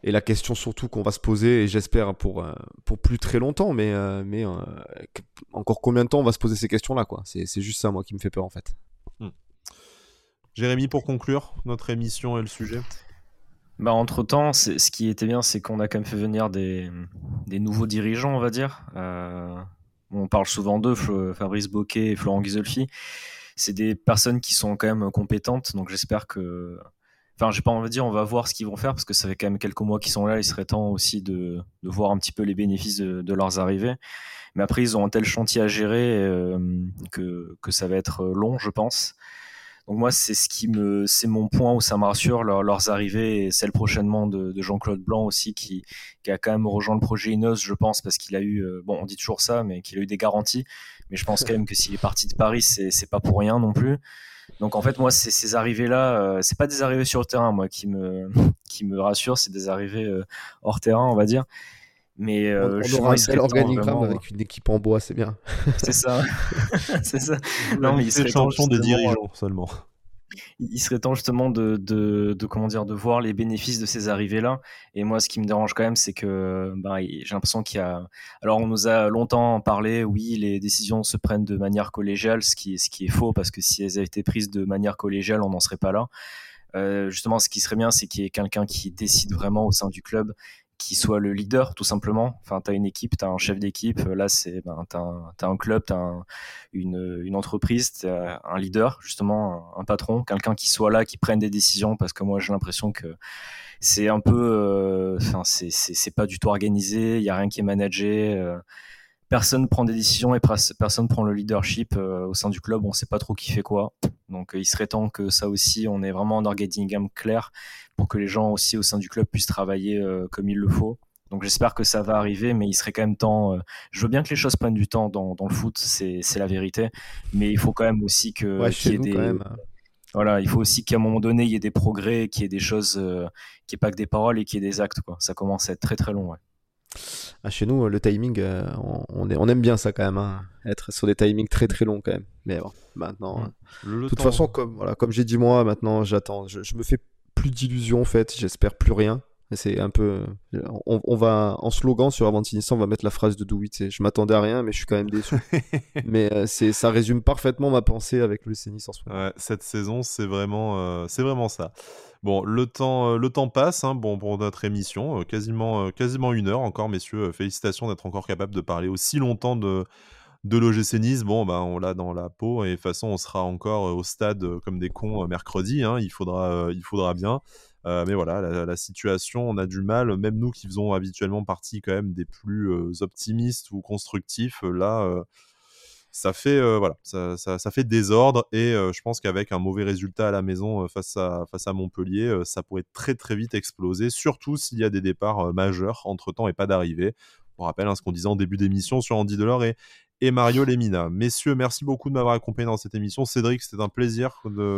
et la question surtout qu'on va se poser, et j'espère pour, euh, pour plus très longtemps, mais, euh, mais euh, encore combien de temps on va se poser ces questions-là, quoi. C'est, c'est juste ça, moi, qui me fait peur, en fait. Hmm. Jérémy, pour conclure notre émission et le sujet. Bah, entre-temps, c'est, ce qui était bien, c'est qu'on a quand même fait venir des, des nouveaux dirigeants, on va dire. Euh, on parle souvent d'eux, Fabrice Bocquet et Florent Ghisolfi. C'est des personnes qui sont quand même compétentes, donc j'espère que... Enfin, j'ai pas envie de dire on va voir ce qu'ils vont faire, parce que ça fait quand même quelques mois qu'ils sont là, il serait temps aussi de, de voir un petit peu les bénéfices de, de leurs arrivées. Mais après, ils ont un tel chantier à gérer euh, que, que ça va être long, je pense. Donc moi, c'est ce qui me, c'est mon point où ça me rassure, leur, leurs arrivées, et celle prochainement de, de Jean-Claude Blanc aussi, qui, qui a quand même rejoint le projet Ineos, je pense, parce qu'il a eu, euh, bon, on dit toujours ça, mais qu'il a eu des garanties. Mais je pense quand même que s'il est parti de Paris, c'est, c'est pas pour rien non plus. Donc en fait, moi, c'est, ces arrivées-là, euh, c'est pas des arrivées sur le terrain, moi, qui me, qui me rassurent, c'est des arrivées euh, hors terrain, on va dire. Mais euh, on, on justement, aura il un serait bel temps organigramme vraiment, avec une équipe en bois, c'est bien. c'est ça, c'est ça. Vous Non, mais il l'avez serait fait temps champion des justement, dirigeants seulement. il serait temps justement de, de, de, comment dire, de voir les bénéfices de ces arrivées-là. Et moi, ce qui me dérange quand même, c'est que ben, j'ai l'impression qu'il y a... Alors, on nous a longtemps parlé, oui, les décisions se prennent de manière collégiale, ce qui, ce qui est faux, parce que si elles avaient été prises de manière collégiale, on n'en serait pas là. Euh, justement, ce qui serait bien, c'est qu'il y ait quelqu'un qui décide vraiment au sein du club, qui soit le leader, tout simplement. Enfin, tu as une équipe, tu as un chef d'équipe. Là, c'est, ben, tu as un, t'as un club, tu as un, une, une entreprise, tu as un leader, justement, un, un patron, quelqu'un qui soit là, qui prenne des décisions, parce que moi, j'ai l'impression que c'est un peu... Enfin, euh, c'est, c'est, c'est pas du tout organisé, il n'y a rien qui est managé. Euh, personne prend des décisions et personne prend le leadership euh, au sein du club. On ne sait pas trop qui fait quoi. Donc, euh, il serait temps que ça aussi, on ait vraiment un organigramme clair pour que les gens aussi au sein du club puissent travailler euh, comme il le faut. Donc, j'espère que ça va arriver, mais il serait quand même temps. Euh, je veux bien que les choses prennent du temps dans, dans le foot, c'est, c'est la vérité. Mais il faut quand même aussi que Ouais, qu'il y chez ait nous, des. quand même. Voilà, il faut aussi qu'à un moment donné, il y ait des progrès, qu'il y ait des choses, euh, qu'il n'y ait pas que des paroles et qu'il y ait des actes, quoi. Ça commence à être très très long, ouais. Ah, chez nous, le timing, euh, on, on, est, on aime bien ça quand même, hein. Être sur des timings très très longs quand même. Mais bon, maintenant, de toute temps... façon, comme, voilà, comme j'ai dit moi, maintenant j'attends. Je, je me fais plus d'illusions en fait, j'espère plus rien. C'est un peu. On, on va, en slogan sur Avantinissa, on va mettre la phrase de Douit. Je m'attendais à rien, mais je suis quand même déçu. Mais euh, c'est, ça résume parfaitement ma pensée avec le Nice en ce moment. Ouais, cette saison, c'est vraiment, euh, c'est vraiment ça. Bon, le temps, euh, le temps passe, hein, bon, pour notre émission, euh, quasiment, euh, quasiment une heure encore, messieurs. Euh, félicitations d'être encore capable de parler aussi longtemps de, de l'O G C Nice. Bon, bah, on l'a dans la peau et de toute façon, on sera encore euh, au stade euh, comme des cons euh, mercredi. Hein, il faudra, euh, il faudra bien. Euh, mais voilà, la, la situation, on a du mal. Même nous qui faisons habituellement partie quand même des plus euh, optimistes ou constructifs, là. Euh, ça fait euh, voilà ça, ça, ça fait désordre et euh, je pense qu'avec un mauvais résultat à la maison euh, face à face à Montpellier euh, ça pourrait très très vite exploser, surtout s'il y a des départs euh, majeurs entre temps et pas d'arrivée. On rappelle hein, ce qu'on disait en début d'émission sur Andy Delors et et Mario Lemina. Messieurs, merci beaucoup de m'avoir accompagné dans cette émission. Cédric, c'était un plaisir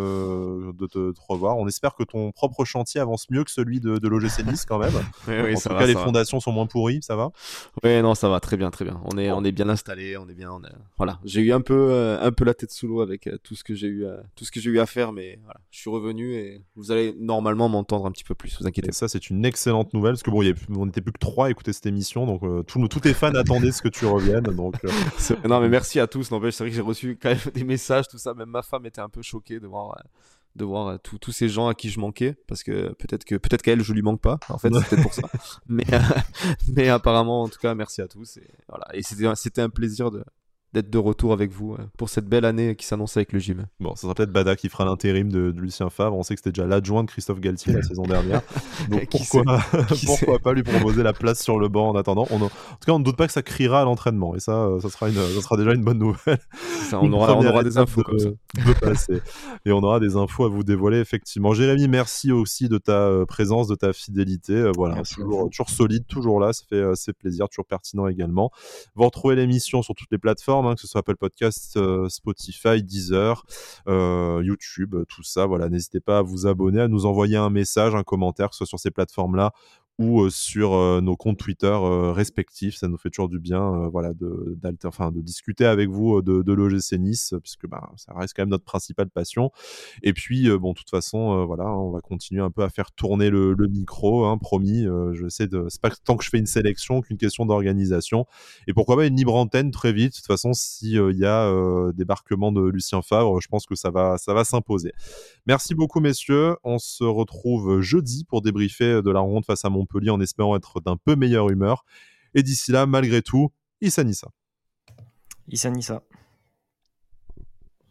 de, de te, te revoir. On espère que ton propre chantier avance mieux que celui de, de l'O G C Nice quand même. Oui, oui, en ça tout va, cas, les ça va. fondations sont moins pourries, ça va? Oui, non, ça va très bien, très bien. On est, Bon. on est bien installé, on est bien. On est... Voilà, j'ai eu un peu, euh, un peu la tête sous l'eau avec euh, tout ce que j'ai eu, à, tout ce que j'ai eu à faire, mais voilà, je suis revenu et vous allez normalement m'entendre un petit peu plus. Vous inquiétez Et pas. ça, c'est une excellente nouvelle parce que bon, y a, on n'était plus que trois à écouter cette émission, donc euh, tous tout tes fans attendaient ce que tu reviennes. Donc, euh... non, mais merci à tous. Non, c'est vrai que j'ai reçu quand même des messages, tout ça. Même ma femme était un peu choquée de voir. Euh... de voir euh, tous ces gens à qui je manquais, parce que peut-être que peut-être qu'à elle je lui manque pas, en fait c'est peut-être pour ça, mais, euh, mais apparemment en tout cas merci à tous et, voilà. Et c'était, c'était un plaisir de, d'être de retour avec vous euh, pour cette belle année qui s'annonce avec le gym. Bon, ça sera peut-être Bada qui fera l'intérim de, de Lucien Favre. On sait que c'était déjà l'adjoint de Christophe Galtier la saison dernière. Donc pourquoi, pourquoi pas lui proposer la place sur le banc en attendant. On, en tout cas, on ne doute pas que ça criera à l'entraînement. Et ça, ça sera, une, ça sera déjà une bonne nouvelle. Ça, on, aura, on aura des infos de, comme ça. De passer. Et on aura des infos à vous dévoiler, effectivement. Jérémy, merci aussi de ta présence, de ta fidélité. Voilà, toujours, toujours solide, toujours là. Ça fait euh, c'est plaisir, toujours pertinent également. Vous retrouvez l'émission sur toutes les plateformes, hein, que ce soit Apple Podcasts, euh, Spotify, Deezer, euh, YouTube, tout ça. Voilà, n'hésitez pas à vous abonner, à nous envoyer un message, un commentaire, que ce soit sur ces plateformes-là ou euh, sur euh, nos comptes Twitter euh, respectifs. Ça nous fait toujours du bien euh, voilà, de, enfin, de discuter avec vous de, de l'O G C Nice, puisque bah, ça reste quand même notre principale passion. Et puis, euh, bon, de toute façon, euh, voilà, on va continuer un peu à faire tourner le, le micro, hein, promis. Euh, je sais de, c'est pas tant que je fais une sélection qu'une question d'organisation. Et pourquoi pas une libre antenne très vite. De toute façon, s'il euh, y a euh, débarquement de Lucien Favre, je pense que ça va, ça va s'imposer. Merci beaucoup, messieurs. On se retrouve jeudi pour débriefer de la rencontre face à Montpellier en espérant être d'un peu meilleure humeur. Et d'ici là, malgré tout, Issa Nissa. Issa Nissa.